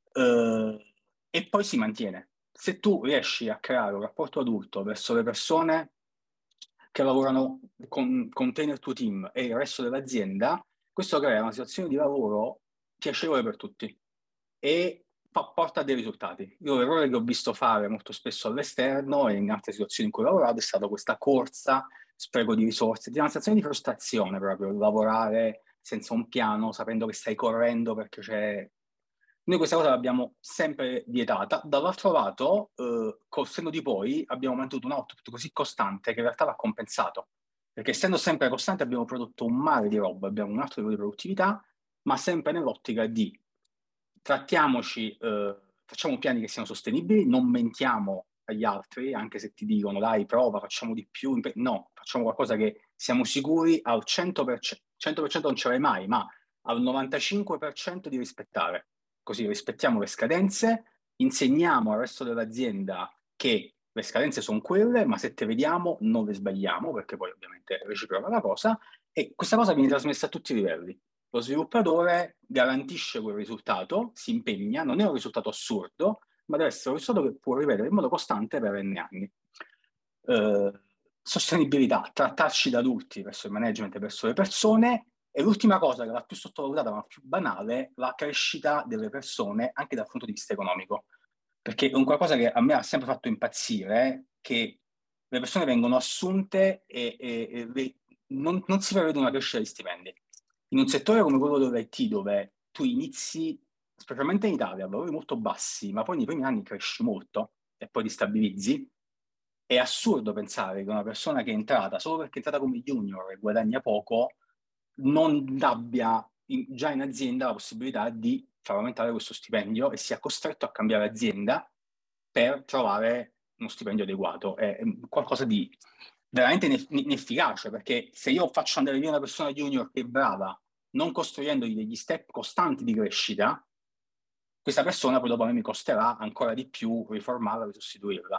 e poi si mantiene. Se tu riesci a creare un rapporto adulto verso le persone che lavorano con te nel tuo team e il resto dell'azienda, questo crea una situazione di lavoro piacevole per tutti e porta a dei risultati. Io l'errore che ho visto fare molto spesso all'esterno e in altre situazioni in cui ho lavorato è stata questa corsa, spreco di risorse, di una sensazione di frustrazione proprio, lavorare senza un piano, sapendo che stai correndo perché c'è... Noi questa cosa l'abbiamo sempre vietata. Dall'altro lato, col senno di poi, abbiamo mantenuto un output così costante che in realtà l'ha compensato. Perché essendo sempre costante abbiamo prodotto un mare di roba, abbiamo un altro livello di produttività, ma sempre nell'ottica di trattiamoci, facciamo piani che siano sostenibili, non mentiamo agli altri, anche se ti dicono dai prova, facciamo di più. No, facciamo qualcosa che siamo sicuri al 100%, 100% non ce l'hai mai, ma al 95% di rispettare. Così rispettiamo le scadenze, insegniamo al resto dell'azienda che le scadenze sono quelle, ma se te vediamo non le sbagliamo, perché poi ovviamente è reciproca la cosa, e questa cosa viene trasmessa a tutti i livelli. Lo sviluppatore garantisce quel risultato, si impegna, non è un risultato assurdo, ma deve essere un risultato che può ripetere in modo costante per N anni. Sostenibilità, trattarci da adulti verso il management e verso le persone, e l'ultima cosa, che è la più sottovalutata ma più banale, la crescita delle persone anche dal punto di vista economico. Perché è un qualcosa che a me ha sempre fatto impazzire, che le persone vengono assunte e non si prevede una crescita di stipendi. In un settore come quello dell'IT, dove tu inizi, specialmente in Italia, a valori molto bassi, ma poi nei primi anni cresci molto e poi ti stabilizzi, è assurdo pensare che una persona che è entrata solo perché è entrata come junior e guadagna poco non abbia già in azienda la possibilità di far aumentare questo stipendio e sia costretto a cambiare azienda per trovare uno stipendio adeguato. È qualcosa di veramente inefficace, perché se io faccio andare via una persona junior che è brava, non costruendogli degli step costanti di crescita, questa persona poi dopo a me mi costerà ancora di più riformarla, risostituirla.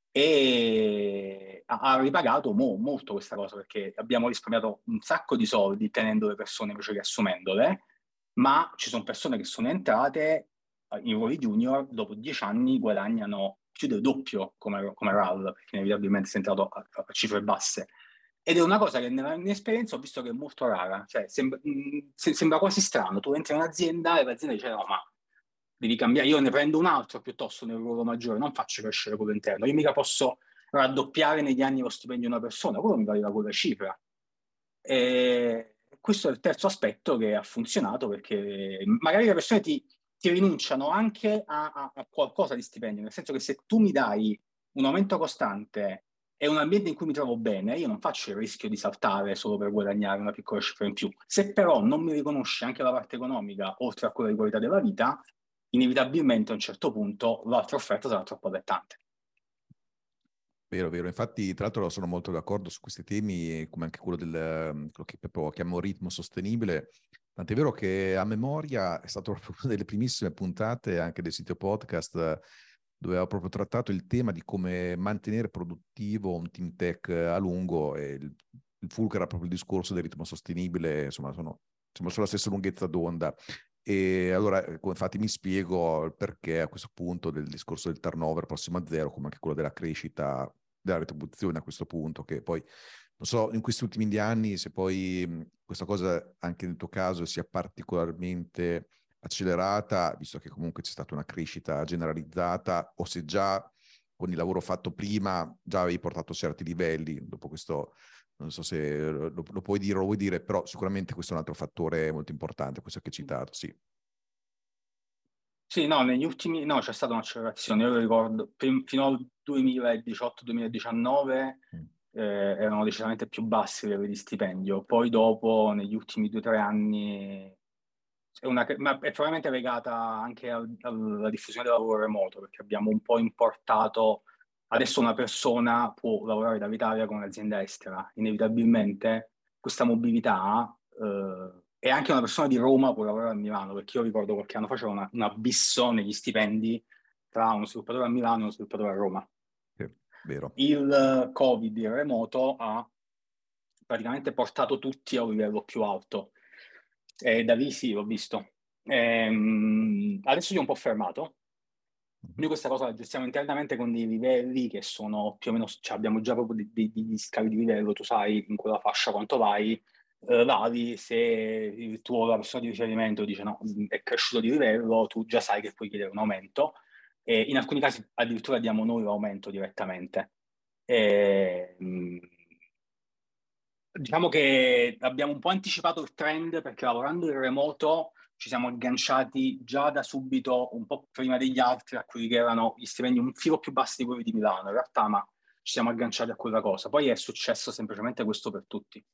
E ha ripagato molto questa cosa, perché abbiamo risparmiato un sacco di soldi tenendo le persone invece che assumendole, ma ci sono persone che sono entrate in ruoli junior, dopo 10 anni guadagnano più del doppio come RAL, perché inevitabilmente sei entrato a cifre basse. Ed è una cosa che nella mia esperienza ho visto che è molto rara, cioè sembra quasi strano, tu entri in un'azienda e l'azienda dice no, ma devi cambiare, io ne prendo un altro piuttosto nel ruolo maggiore, non faccio crescere quello interno, io mica posso raddoppiare negli anni lo stipendio di una persona, quello mi valeva quella cifra. E questo è il terzo aspetto che ha funzionato, perché magari le persone ti rinunciano anche a qualcosa di stipendio, nel senso che se tu mi dai un aumento costante e un ambiente in cui mi trovo bene, io non faccio il rischio di saltare solo per guadagnare una piccola cifra in più. Se però non mi riconosci anche la parte economica, oltre a quella di qualità della vita, inevitabilmente a un certo punto l'altra offerta sarà troppo allettante. Vero, vero. Infatti, tra l'altro, sono molto d'accordo su questi temi, come anche quello quello che proprio chiamo ritmo sostenibile. Tant'è vero che a memoria è stata proprio una delle primissime puntate anche del sito podcast, dove avevo proprio trattato il tema di come mantenere produttivo un team tech a lungo, e il fulcro era proprio il discorso del ritmo sostenibile, insomma, siamo sulla stessa lunghezza d'onda. E allora, infatti, mi spiego il perché a questo punto del discorso del turnover prossimo a zero, come anche quello della crescita della retribuzione a questo punto, che poi, non so, in questi ultimi anni, se poi questa cosa anche nel tuo caso sia particolarmente accelerata, visto che comunque c'è stata una crescita generalizzata, o se già con il lavoro fatto prima già avevi portato a certi livelli, dopo questo, non so se lo puoi dire o lo vuoi dire, però sicuramente questo è un altro fattore molto importante, questo che hai citato, sì. Sì, no, negli ultimi, no, c'è stata un'accelerazione, io lo ricordo, fino al 2018-2019 erano decisamente più bassi i livelli di stipendio, poi dopo, negli ultimi 2 o 3 anni, ma è probabilmente legata anche alla diffusione del lavoro remoto, perché abbiamo un po' importato, adesso una persona può lavorare dall'Italia con un'azienda estera, inevitabilmente questa mobilità e anche una persona di Roma può lavorare a Milano, perché io ricordo qualche anno fa c'era un abisso negli stipendi tra uno sviluppatore a Milano e uno sviluppatore a Roma. Sì, vero. Il Covid, il remoto, ha praticamente portato tutti a un livello più alto. E da lì sì, l'ho visto. Adesso io ho un po' fermato. Noi questa cosa la gestiamo internamente con dei livelli che sono più o meno, cioè abbiamo già proprio degli scali di livello, tu sai in quella fascia quanto vai, vali, se il tuo, la persona di riferimento dice no, è cresciuto di livello, tu già sai che puoi chiedere un aumento, e in alcuni casi addirittura diamo noi l'aumento direttamente. Diciamo che abbiamo un po' anticipato il trend, perché lavorando in remoto ci siamo agganciati già da subito, un po' prima degli altri, a quelli che erano gli stipendi un filo più bassi di quelli di Milano, in realtà, ma ci siamo agganciati a quella cosa. Poi è successo semplicemente questo per tutti.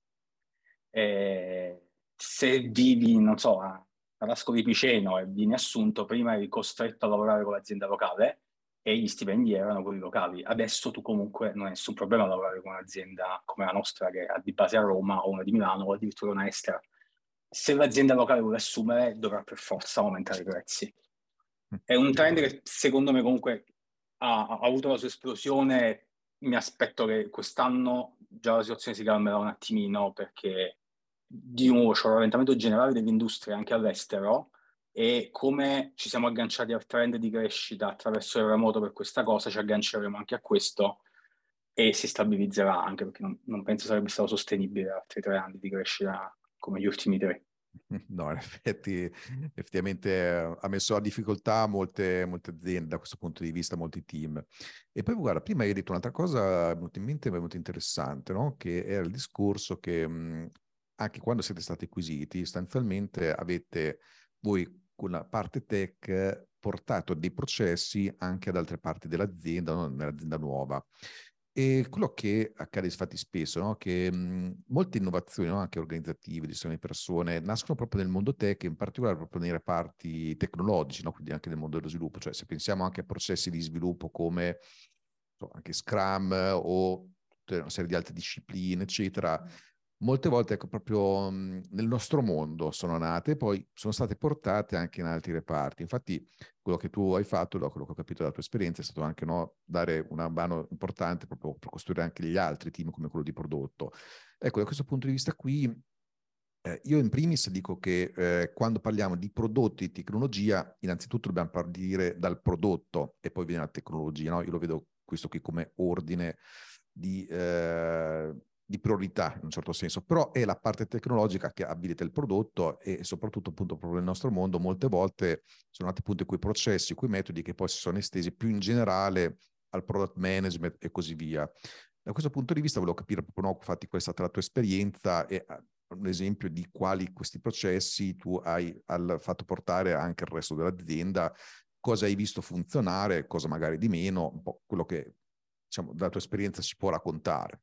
Se vivi, non so, a Rasco di Piceno e vieni assunto, prima eri costretto a lavorare con l'azienda locale, e gli stipendi erano quelli locali. Adesso tu comunque non hai nessun problema a lavorare con un'azienda come la nostra che ha di base a Roma o una di Milano o addirittura una estera. Se l'azienda locale vuole assumere, dovrà per forza aumentare i prezzi. È un trend che secondo me comunque ha avuto la sua esplosione. Mi aspetto che quest'anno già la situazione si calmerà un attimino, perché di nuovo c'è un rallentamento generale dell'industria anche all'estero, e come ci siamo agganciati al trend di crescita attraverso il remoto per questa cosa, ci agganceremo anche a questo e si stabilizzerà, anche perché non penso sarebbe stato sostenibile altri 3 anni di crescita come gli ultimi 3. No, in effetti, effettivamente ha messo a difficoltà molte aziende da questo punto di vista, molti team. E poi guarda, prima hai detto un'altra cosa molto in mente, molto interessante, no? Che era il discorso che anche quando siete stati acquisiti, sostanzialmente avete voi con la parte tech portato dei processi anche ad altre parti dell'azienda, no? Nell'azienda nuova. E quello che accade infatti spesso, no? Che molte innovazioni, no? Anche organizzative, di gestione di persone, nascono proprio nel mondo tech, in particolare proprio nei reparti tecnologici, no? Quindi anche nel mondo dello sviluppo. Cioè se pensiamo anche a processi di sviluppo come anche Scrum o tutta una serie di altre discipline, eccetera, molte volte, ecco, proprio nel nostro mondo sono nate e poi sono state portate anche in altri reparti. Infatti, quello che tu hai fatto, da quello che ho capito dalla tua esperienza, è stato anche, no, dare una mano importante proprio per costruire anche gli altri team come quello di prodotto. Ecco, da questo punto di vista qui, io in primis dico che quando parliamo di prodotti di tecnologia, innanzitutto dobbiamo partire dal prodotto e poi viene la tecnologia, no? Io lo vedo questo qui come ordine di priorità in un certo senso, però è la parte tecnologica che abilita il prodotto e soprattutto appunto proprio nel nostro mondo molte volte sono nati appunto quei processi, quei metodi che poi si sono estesi più in generale al product management e così via. Da questo punto di vista volevo capire proprio, no, infatti qual è stata la tua esperienza e un esempio di quali questi processi tu hai fatto portare anche al resto dell'azienda, cosa hai visto funzionare, cosa magari di meno, un po' quello che, diciamo, dalla tua esperienza si può raccontare.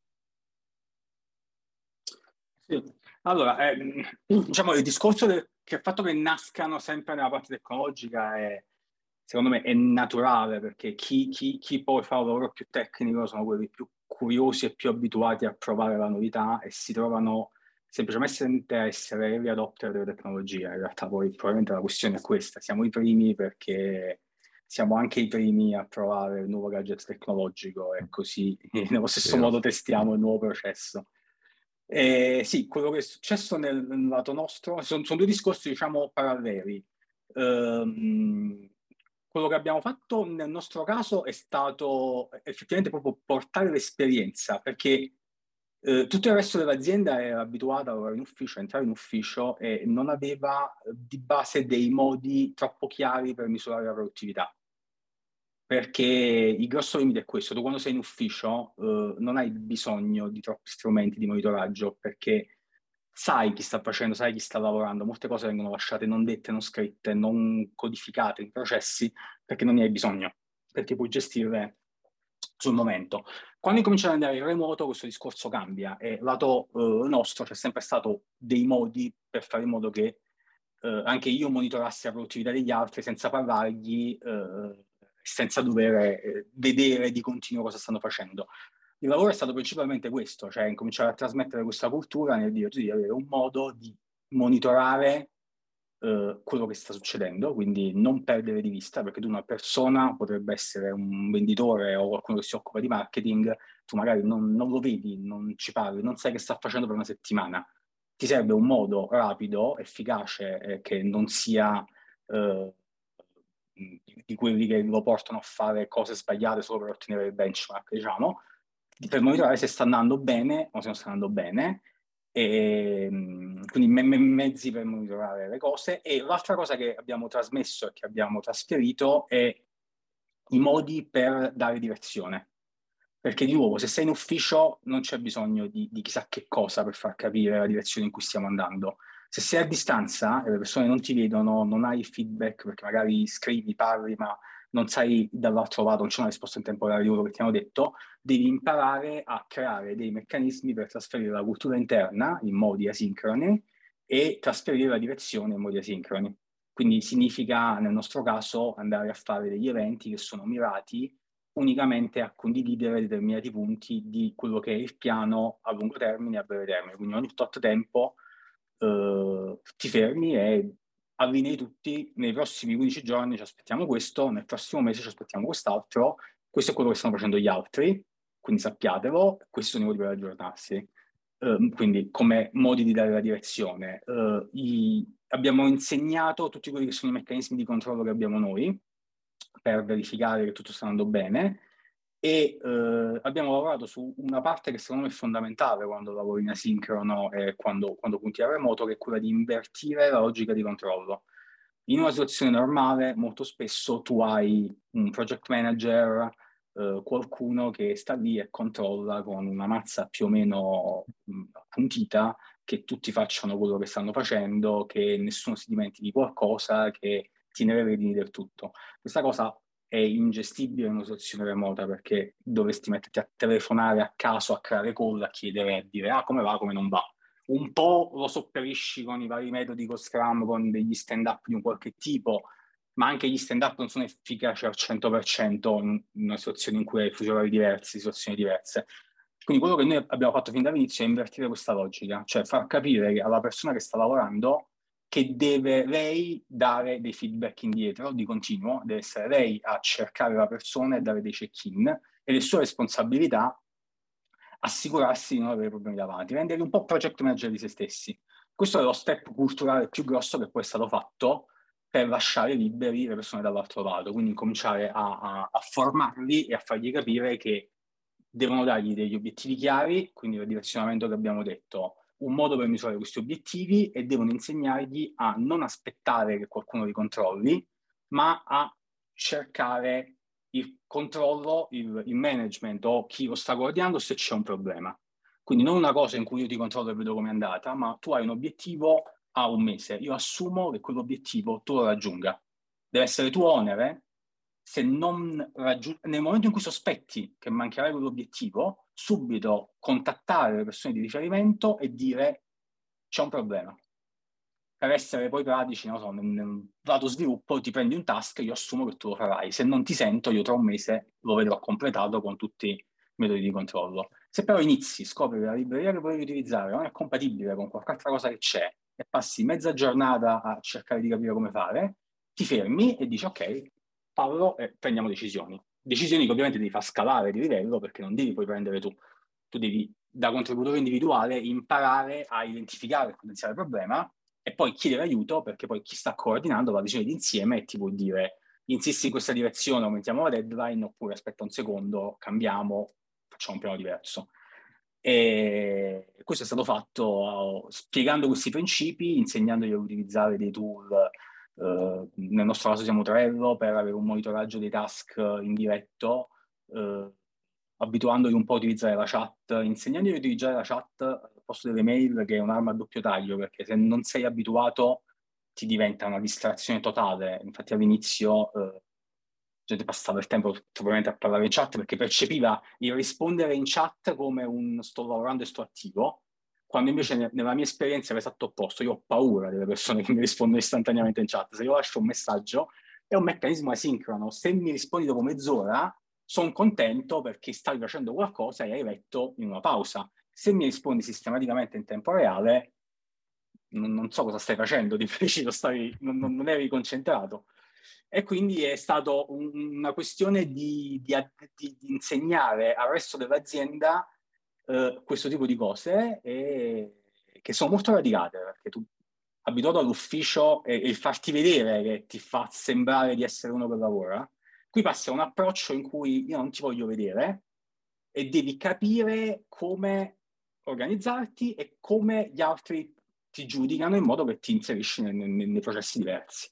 Sì. Allora, diciamo, il discorso che il fatto che nascano sempre nella parte tecnologica secondo me è naturale, perché chi poi fa un lavoro più tecnico sono quelli più curiosi e più abituati a provare la novità e si trovano semplicemente a essere early adopter delle tecnologie. In realtà poi probabilmente la questione è questa: siamo i primi perché siamo anche i primi a provare il nuovo gadget tecnologico e così nello stesso Vero. modo testiamo il nuovo processo. Sì, quello che è successo nel lato nostro sono due discorsi, diciamo, paralleli. Ehm, Quello che abbiamo fatto nel nostro caso è stato effettivamente proprio portare l'esperienza, perché tutto il resto dell'azienda era abituata a lavorare in ufficio, a entrare in ufficio e non aveva di base dei modi troppo chiari per misurare la produttività. Perché il grosso limite è questo: tu quando sei in ufficio non hai bisogno di troppi strumenti di monitoraggio, perché sai chi sta facendo, sai chi sta lavorando. Molte cose vengono lasciate non dette, non scritte, non codificate in processi, perché non ne hai bisogno, perché puoi gestirle sul momento. Quando incominciano ad andare in remoto, questo discorso cambia, e lato nostro c'è sempre stato dei modi per fare in modo che anche io monitorassi la produttività degli altri senza parlargli, senza dover vedere di continuo cosa stanno facendo. Il lavoro è stato principalmente questo, cioè incominciare a trasmettere questa cultura nel dire di avere un modo di monitorare quello che sta succedendo, quindi non perdere di vista, perché tu una persona potrebbe essere un venditore o qualcuno che si occupa di marketing, tu magari non lo vedi, non ci parli, non sai che sta facendo per una settimana. Ti serve un modo rapido, efficace, che non sia di quelli che lo portano a fare cose sbagliate solo per ottenere il benchmark, diciamo, per monitorare se sta andando bene o se non sta andando bene, e quindi mezzi per monitorare le cose. E l'altra cosa che abbiamo trasmesso e che abbiamo trasferito è i modi per dare direzione. Perché di nuovo, se sei in ufficio non c'è bisogno di chissà che cosa per far capire la direzione in cui stiamo andando. Se sei a distanza e le persone non ti vedono, non hai feedback, perché magari scrivi, parli, ma non sai dall'altro lato, non c'è una risposta in tempo reale di quello che ti hanno detto, devi imparare a creare dei meccanismi per trasferire la cultura interna in modi asincroni e trasferire la direzione in modi asincroni. Quindi significa, nel nostro caso, andare a fare degli eventi che sono mirati unicamente a condividere determinati punti di quello che è il piano a lungo termine e a breve termine. Quindi ogni tot tempo ti fermi e allinei tutti, nei prossimi 15 giorni ci aspettiamo questo, nel prossimo mese ci aspettiamo quest'altro, questo è quello che stanno facendo gli altri, quindi sappiatelo, questi sono i modi per aggiornarsi. Quindi come modi di dare la direzione. Abbiamo insegnato tutti quelli che sono i meccanismi di controllo che abbiamo noi per verificare che tutto sta andando bene e abbiamo lavorato su una parte che secondo me è fondamentale quando lavori in asincrono e quando punti a remoto, che è quella di invertire la logica di controllo. In una situazione normale molto spesso tu hai un project manager, qualcuno che sta lì e controlla con una mazza più o meno appuntita che tutti facciano quello che stanno facendo, che nessuno si dimentichi qualcosa, che tiene le redini del tutto. Questa cosa è ingestibile in una situazione remota perché dovresti metterti a telefonare a caso, a creare call, a chiedere, a dire come va, come non va. Un po' lo sopperisci con i vari metodi, con Scrum, con degli stand-up di un qualche tipo, ma anche gli stand-up non sono efficaci al 100% in una situazione in cui hai fusi orari diversi, situazioni diverse. Quindi quello che noi abbiamo fatto fin dall'inizio è invertire questa logica, cioè far capire alla persona che sta lavorando che deve lei dare dei feedback indietro di continuo, deve essere lei a cercare la persona e dare dei check-in, ed è sua responsabilità assicurarsi di non avere problemi davanti, renderli un po' project manager di se stessi. Questo è lo step culturale più grosso che poi è stato fatto per lasciare liberi le persone dall'altro lato, quindi cominciare a formarli e a fargli capire che devono dargli degli obiettivi chiari, quindi il direzionamento che abbiamo detto, un modo per misurare questi obiettivi e devono insegnargli a non aspettare che qualcuno li controlli, ma a cercare il controllo, il management o chi lo sta guardando se c'è un problema. Quindi non una cosa in cui io ti controllo e vedo com'è andata, ma tu hai un obiettivo a un mese. Io assumo che quell'obiettivo tu lo raggiunga. Deve essere tuo onere. Se non nel momento in cui sospetti che mancherai quell'obiettivo, subito contattare le persone di riferimento e dire c'è un problema. Per essere poi pratici, non so, nel lato sviluppo ti prendi un task, io assumo che tu lo farai. Se non ti sento, io tra un mese lo vedrò completato con tutti i metodi di controllo. Se però inizi, scopri che la libreria che volevi utilizzare non è compatibile con qualche altra cosa che c'è e passi mezza giornata a cercare di capire come fare, ti fermi e dici ok, parlo e prendiamo decisioni. Decisioni che ovviamente devi far scalare di livello perché non devi poi prendere tu. Tu devi, da contributore individuale, imparare a identificare il potenziale problema e poi chiedere aiuto perché poi chi sta coordinando va a visione d'insieme e ti può dire insisti in questa direzione, aumentiamo la deadline oppure aspetta un secondo, cambiamo, facciamo un piano diverso. E questo è stato fatto spiegando questi principi, insegnandogli a utilizzare dei tool, nel nostro caso siamo Trello per avere un monitoraggio dei task in diretto, abituandoli un po' a utilizzare la chat, insegnandogli a utilizzare la chat al posto delle mail, che è un'arma a doppio taglio, perché se non sei abituato ti diventa una distrazione totale. Infatti all'inizio gente passava il tempo probabilmente a parlare in chat perché percepiva il rispondere in chat come un sto lavorando e sto attivo, quando invece nella mia esperienza è l'esatto opposto. Io ho paura delle persone che mi rispondono istantaneamente in chat. Se io lascio un messaggio è un meccanismo asincrono, se mi rispondi dopo mezz'ora sono contento perché stavi facendo qualcosa e hai letto in una pausa. Se mi rispondi sistematicamente in tempo reale, non so cosa stai facendo di preciso, non eri concentrato. E quindi è stato una questione di insegnare al resto dell'azienda questo tipo di cose che sono molto radicate, perché tu abituato all'ufficio e il farti vedere che ti fa sembrare di essere uno che lavora, qui passi a un approccio in cui io non ti voglio vedere e devi capire come organizzarti e come gli altri ti giudicano in modo che ti inserisci nei processi diversi.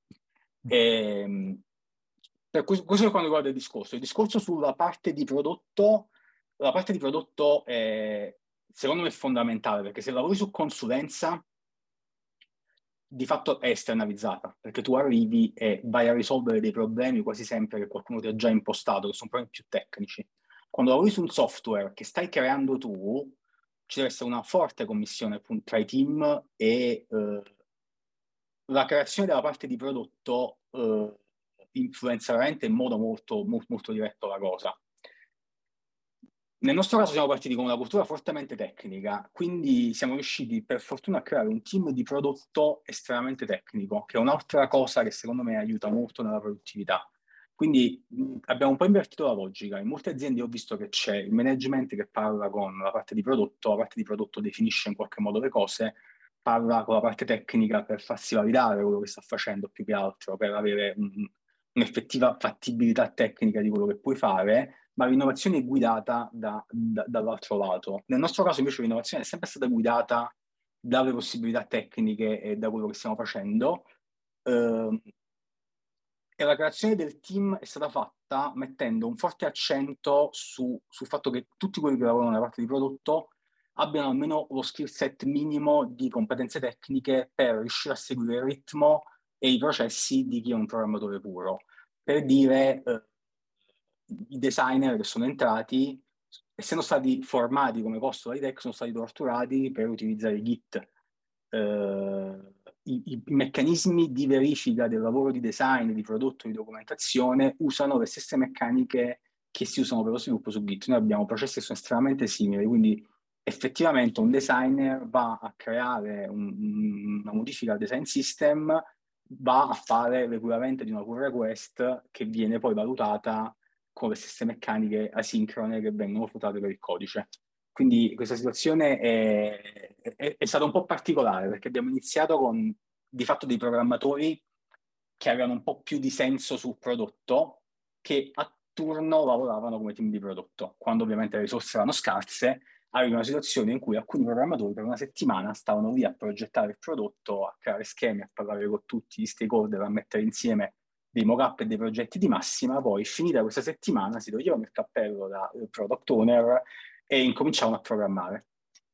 Per questo è quando riguarda il discorso sulla parte di prodotto, la parte di prodotto secondo me è fondamentale, perché se lavori su consulenza di fatto è esternalizzata, perché tu arrivi e vai a risolvere dei problemi quasi sempre che qualcuno ti ha già impostato, che sono problemi più tecnici. Quando lavori su un software che stai creando tu, ci deve essere una forte commissione tra i team e la creazione della parte di prodotto influenza veramente in modo molto, molto, molto diretto la cosa. Nel nostro caso siamo partiti con una cultura fortemente tecnica, quindi siamo riusciti per fortuna a creare un team di prodotto estremamente tecnico, che è un'altra cosa che secondo me aiuta molto nella produttività. Quindi abbiamo un po' invertito la logica. In molte aziende ho visto che c'è il management che parla con la parte di prodotto, la parte di prodotto definisce in qualche modo le cose, parla con la parte tecnica per farsi validare quello che sta facendo più che altro, per avere un'effettiva fattibilità tecnica di quello che puoi fare, ma l'innovazione è guidata dall'altro lato. Nel nostro caso invece l'innovazione è sempre stata guidata dalle possibilità tecniche e da quello che stiamo facendo. E la creazione del team è stata fatta mettendo un forte accento sul fatto che tutti quelli che lavorano nella parte di prodotto abbiano almeno lo skill set minimo di competenze tecniche per riuscire a seguire il ritmo e i processi di chi è un programmatore puro. Per dire, i designer che sono entrati, essendo stati formati come possono dai tech, sono stati torturati per utilizzare Git. I meccanismi di verifica del lavoro di design, di prodotto, di documentazione usano le stesse meccaniche che si usano per lo sviluppo su Git. Noi abbiamo processi che sono estremamente simili, quindi effettivamente un designer va a creare una modifica al design system, va a fare l'equivalente di una pull request che viene poi valutata con le stesse meccaniche asincrone che vengono sfruttate per il codice. Quindi questa situazione è stata un po' particolare perché abbiamo iniziato con di fatto dei programmatori che avevano un po' più di senso sul prodotto, che a turno lavoravano come team di prodotto. Quando ovviamente le risorse erano scarse, avevi una situazione in cui alcuni programmatori per una settimana stavano lì a progettare il prodotto, a creare schemi, a parlare con tutti gli stakeholder, a mettere insieme dei mock-up e dei progetti di massima. Poi, finita questa settimana, si toglievano il cappello da product owner e incominciavano a programmare.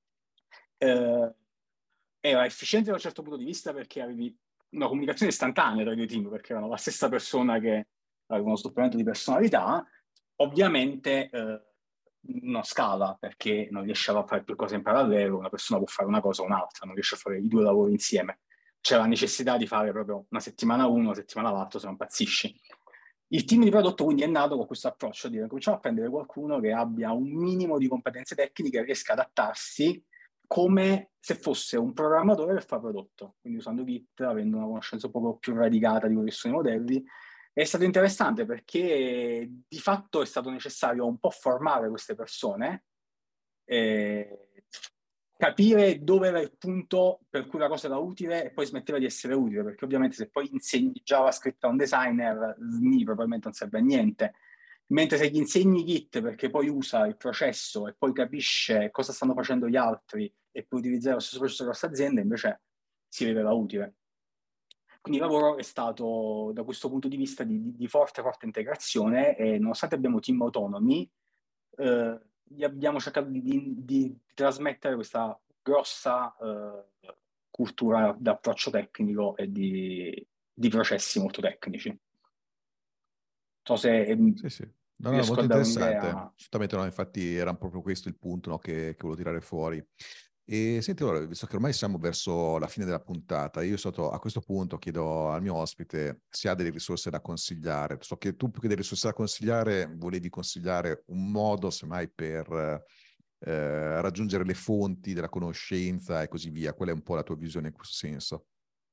Era efficiente da un certo punto di vista perché avevi una comunicazione istantanea tra i due team, perché erano la stessa persona che aveva uno supplemento di personalità. Ovviamente non scala perché non riesce a fare più cose in parallelo, una persona può fare una cosa o un'altra, non riesce a fare i due lavori insieme. C'è la necessità di fare proprio una settimana uno, una settimana l'altro, se non impazzisci. Il team di prodotto quindi è nato con questo approccio, dire cominciamo a prendere qualcuno che abbia un minimo di competenze tecniche e riesca ad adattarsi come se fosse un programmatore che fa prodotto, quindi usando Git, avendo una conoscenza un po' più radicata di quelli che sono i modelli. È stato interessante perché di fatto è stato necessario un po' formare queste persone, capire dove era il punto per cui la cosa era utile e poi smetteva di essere utile, perché ovviamente se poi insegni JavaScript a un designer, probabilmente non serve a niente. Mentre se gli insegni Git perché poi usa il processo e poi capisce cosa stanno facendo gli altri e può utilizzare lo stesso processo per questa azienda, invece si rivela utile. Quindi il lavoro è stato, da questo punto di vista, di forte, forte integrazione e nonostante abbiamo team autonomi, gli abbiamo cercato di trasmettere questa grossa cultura d'approccio tecnico e di processi molto tecnici. Non so se Sì. No, riesco molto a dare interessante. un'idea. Assolutamente no, infatti era proprio questo il punto, no, che volevo tirare fuori. E senti, allora, visto che ormai siamo verso la fine della puntata, io a questo punto chiedo al mio ospite se ha delle risorse da consigliare. So che tu più che delle risorse da consigliare volevi consigliare un modo, semmai, per raggiungere le fonti della conoscenza e così via. Qual è un po' la tua visione in questo senso?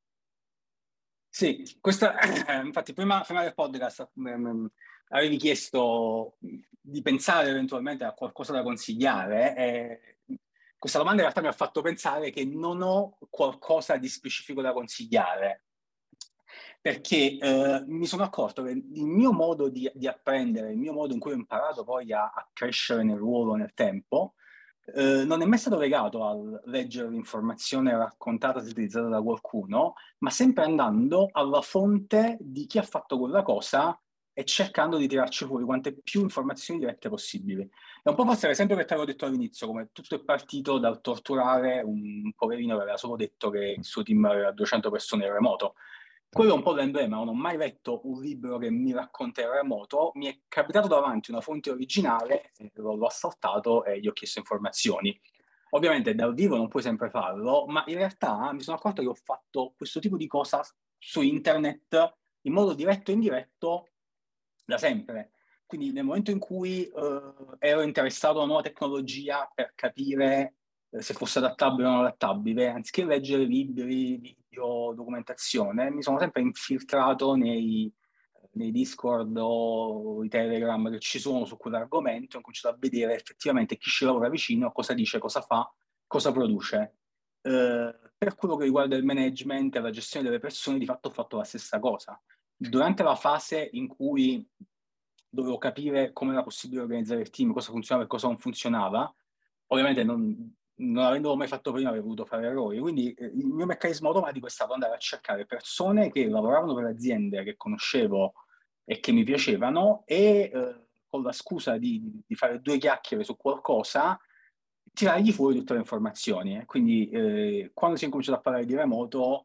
Sì, questa, infatti prima del podcast avevi chiesto di pensare eventualmente a qualcosa da consigliare e questa domanda in realtà mi ha fatto pensare che non ho qualcosa di specifico da consigliare, perché mi sono accorto che il mio modo di apprendere, il mio modo in cui ho imparato poi a crescere nel ruolo nel tempo, non è mai stato legato al leggere l'informazione raccontata, sintetizzata da qualcuno, ma sempre andando alla fonte di chi ha fatto quella cosa e cercando di tirarci fuori quante più informazioni dirette possibili. È un po' forse l'esempio che ti avevo detto all'inizio, come tutto è partito dal torturare un poverino che aveva solo detto che il suo team aveva 200 persone in remoto. Quello è un po' l'emblema, non ho mai letto un libro che mi racconta il remoto, mi è capitato davanti una fonte originale, l'ho assaltato e gli ho chiesto informazioni. Ovviamente dal vivo non puoi sempre farlo, ma in realtà mi sono accorto che ho fatto questo tipo di cosa su internet in modo diretto e indiretto da sempre. Quindi nel momento in cui ero interessato a una nuova tecnologia per capire se fosse adattabile o non adattabile, anziché leggere libri, video, documentazione, mi sono sempre infiltrato nei Discord o i Telegram che ci sono su quell'argomento, ho cominciato a vedere effettivamente chi ci lavora vicino, cosa dice, cosa fa, cosa produce. Per quello che riguarda il management e la gestione delle persone, di fatto ho fatto la stessa cosa. Durante la fase in cui dovevo capire come era possibile organizzare il team, cosa funzionava e cosa non funzionava, ovviamente non avendolo mai fatto prima avrei voluto fare errori, quindi il mio meccanismo automatico è stato andare a cercare persone che lavoravano per aziende che conoscevo e che mi piacevano e con la scusa di fare due chiacchiere su qualcosa, tirargli fuori tutte le informazioni. Quindi quando si è cominciato a parlare di remoto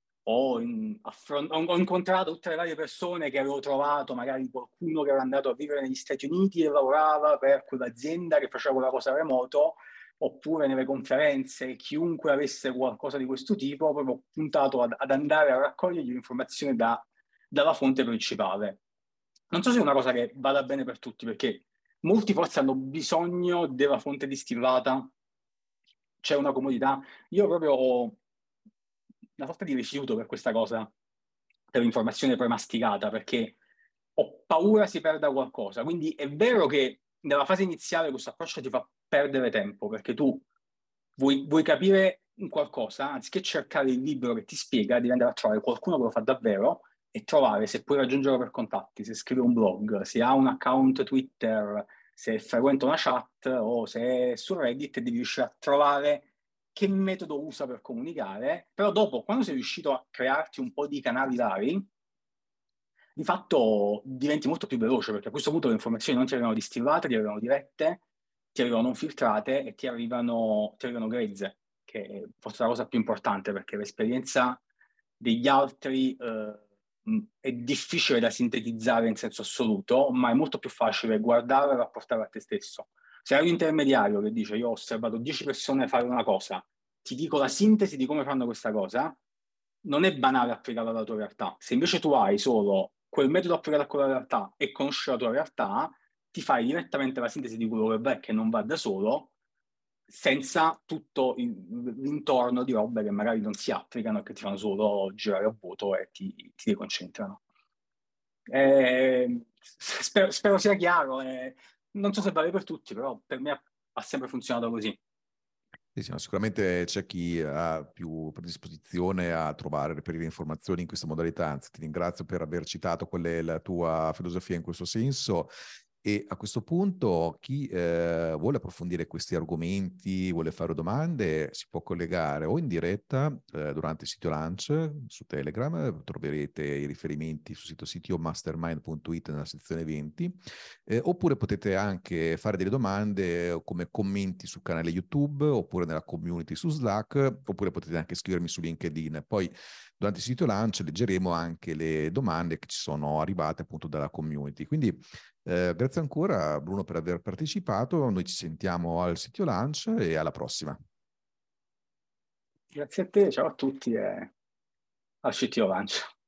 ho incontrato tutte le varie persone che avevo trovato, magari qualcuno che era andato a vivere negli Stati Uniti e lavorava per quell'azienda che faceva quella cosa remoto, oppure nelle conferenze, chiunque avesse qualcosa di questo tipo, proprio ho puntato ad andare a raccogliere l'informazione dalla fonte principale. Non so se è una cosa che vada bene per tutti, perché molti forse hanno bisogno della fonte distillata, c'è una comodità. Io proprio ho una sorta di rifiuto per questa cosa, per l'informazione premasticata, perché ho paura si perda qualcosa. Quindi è vero che nella fase iniziale questo approccio ti fa perdere tempo, perché tu vuoi capire un qualcosa, anziché cercare il libro che ti spiega, devi andare a trovare qualcuno che lo fa davvero e trovare se puoi raggiungerlo per contatti, se scrive un blog, se ha un account Twitter, se frequenta una chat o se è su Reddit, devi riuscire a trovare che metodo usa per comunicare, però dopo, quando sei riuscito a crearti un po' di canali vari, di fatto diventi molto più veloce, perché a questo punto le informazioni non ti arrivano distillate, ti arrivano dirette, ti arrivano non filtrate e ti arrivano grezze, che è forse la cosa più importante, perché l'esperienza degli altri è difficile da sintetizzare in senso assoluto, ma è molto più facile guardare e rapportare a te stesso. Se hai un intermediario che dice io ho osservato 10 persone fare una cosa, ti dico la sintesi di come fanno questa cosa, non è banale applicarla alla tua realtà. Se invece tu hai solo quel metodo applicato a quella realtà e conosci la tua realtà, ti fai direttamente la sintesi di quello che va e che non va da solo, senza tutto l'intorno di robe che magari non si applicano e che ti fanno solo girare a vuoto e ti deconcentrano. Spero sia chiaro. Non so se vale per tutti, però per me ha sempre funzionato così. Sì, no, sicuramente c'è chi ha più predisposizione a trovare, reperire informazioni in questa modalità. Anzi, ti ringrazio per aver citato qual è la tua filosofia in questo senso. E a questo punto chi vuole approfondire questi argomenti, vuole fare domande, si può collegare o in diretta durante il sito Lunch su Telegram, troverete i riferimenti sul sito ctomastermind.it nella sezione eventi, oppure potete anche fare delle domande come commenti sul canale YouTube, oppure nella community su Slack, oppure potete anche scrivermi su LinkedIn. Poi durante il sito Lunch leggeremo anche le domande che ci sono arrivate appunto dalla community. Quindi grazie ancora Bruno per aver partecipato, noi ci sentiamo al sito Lunch e alla prossima. Grazie a te, ciao a tutti e al CTO Lunch.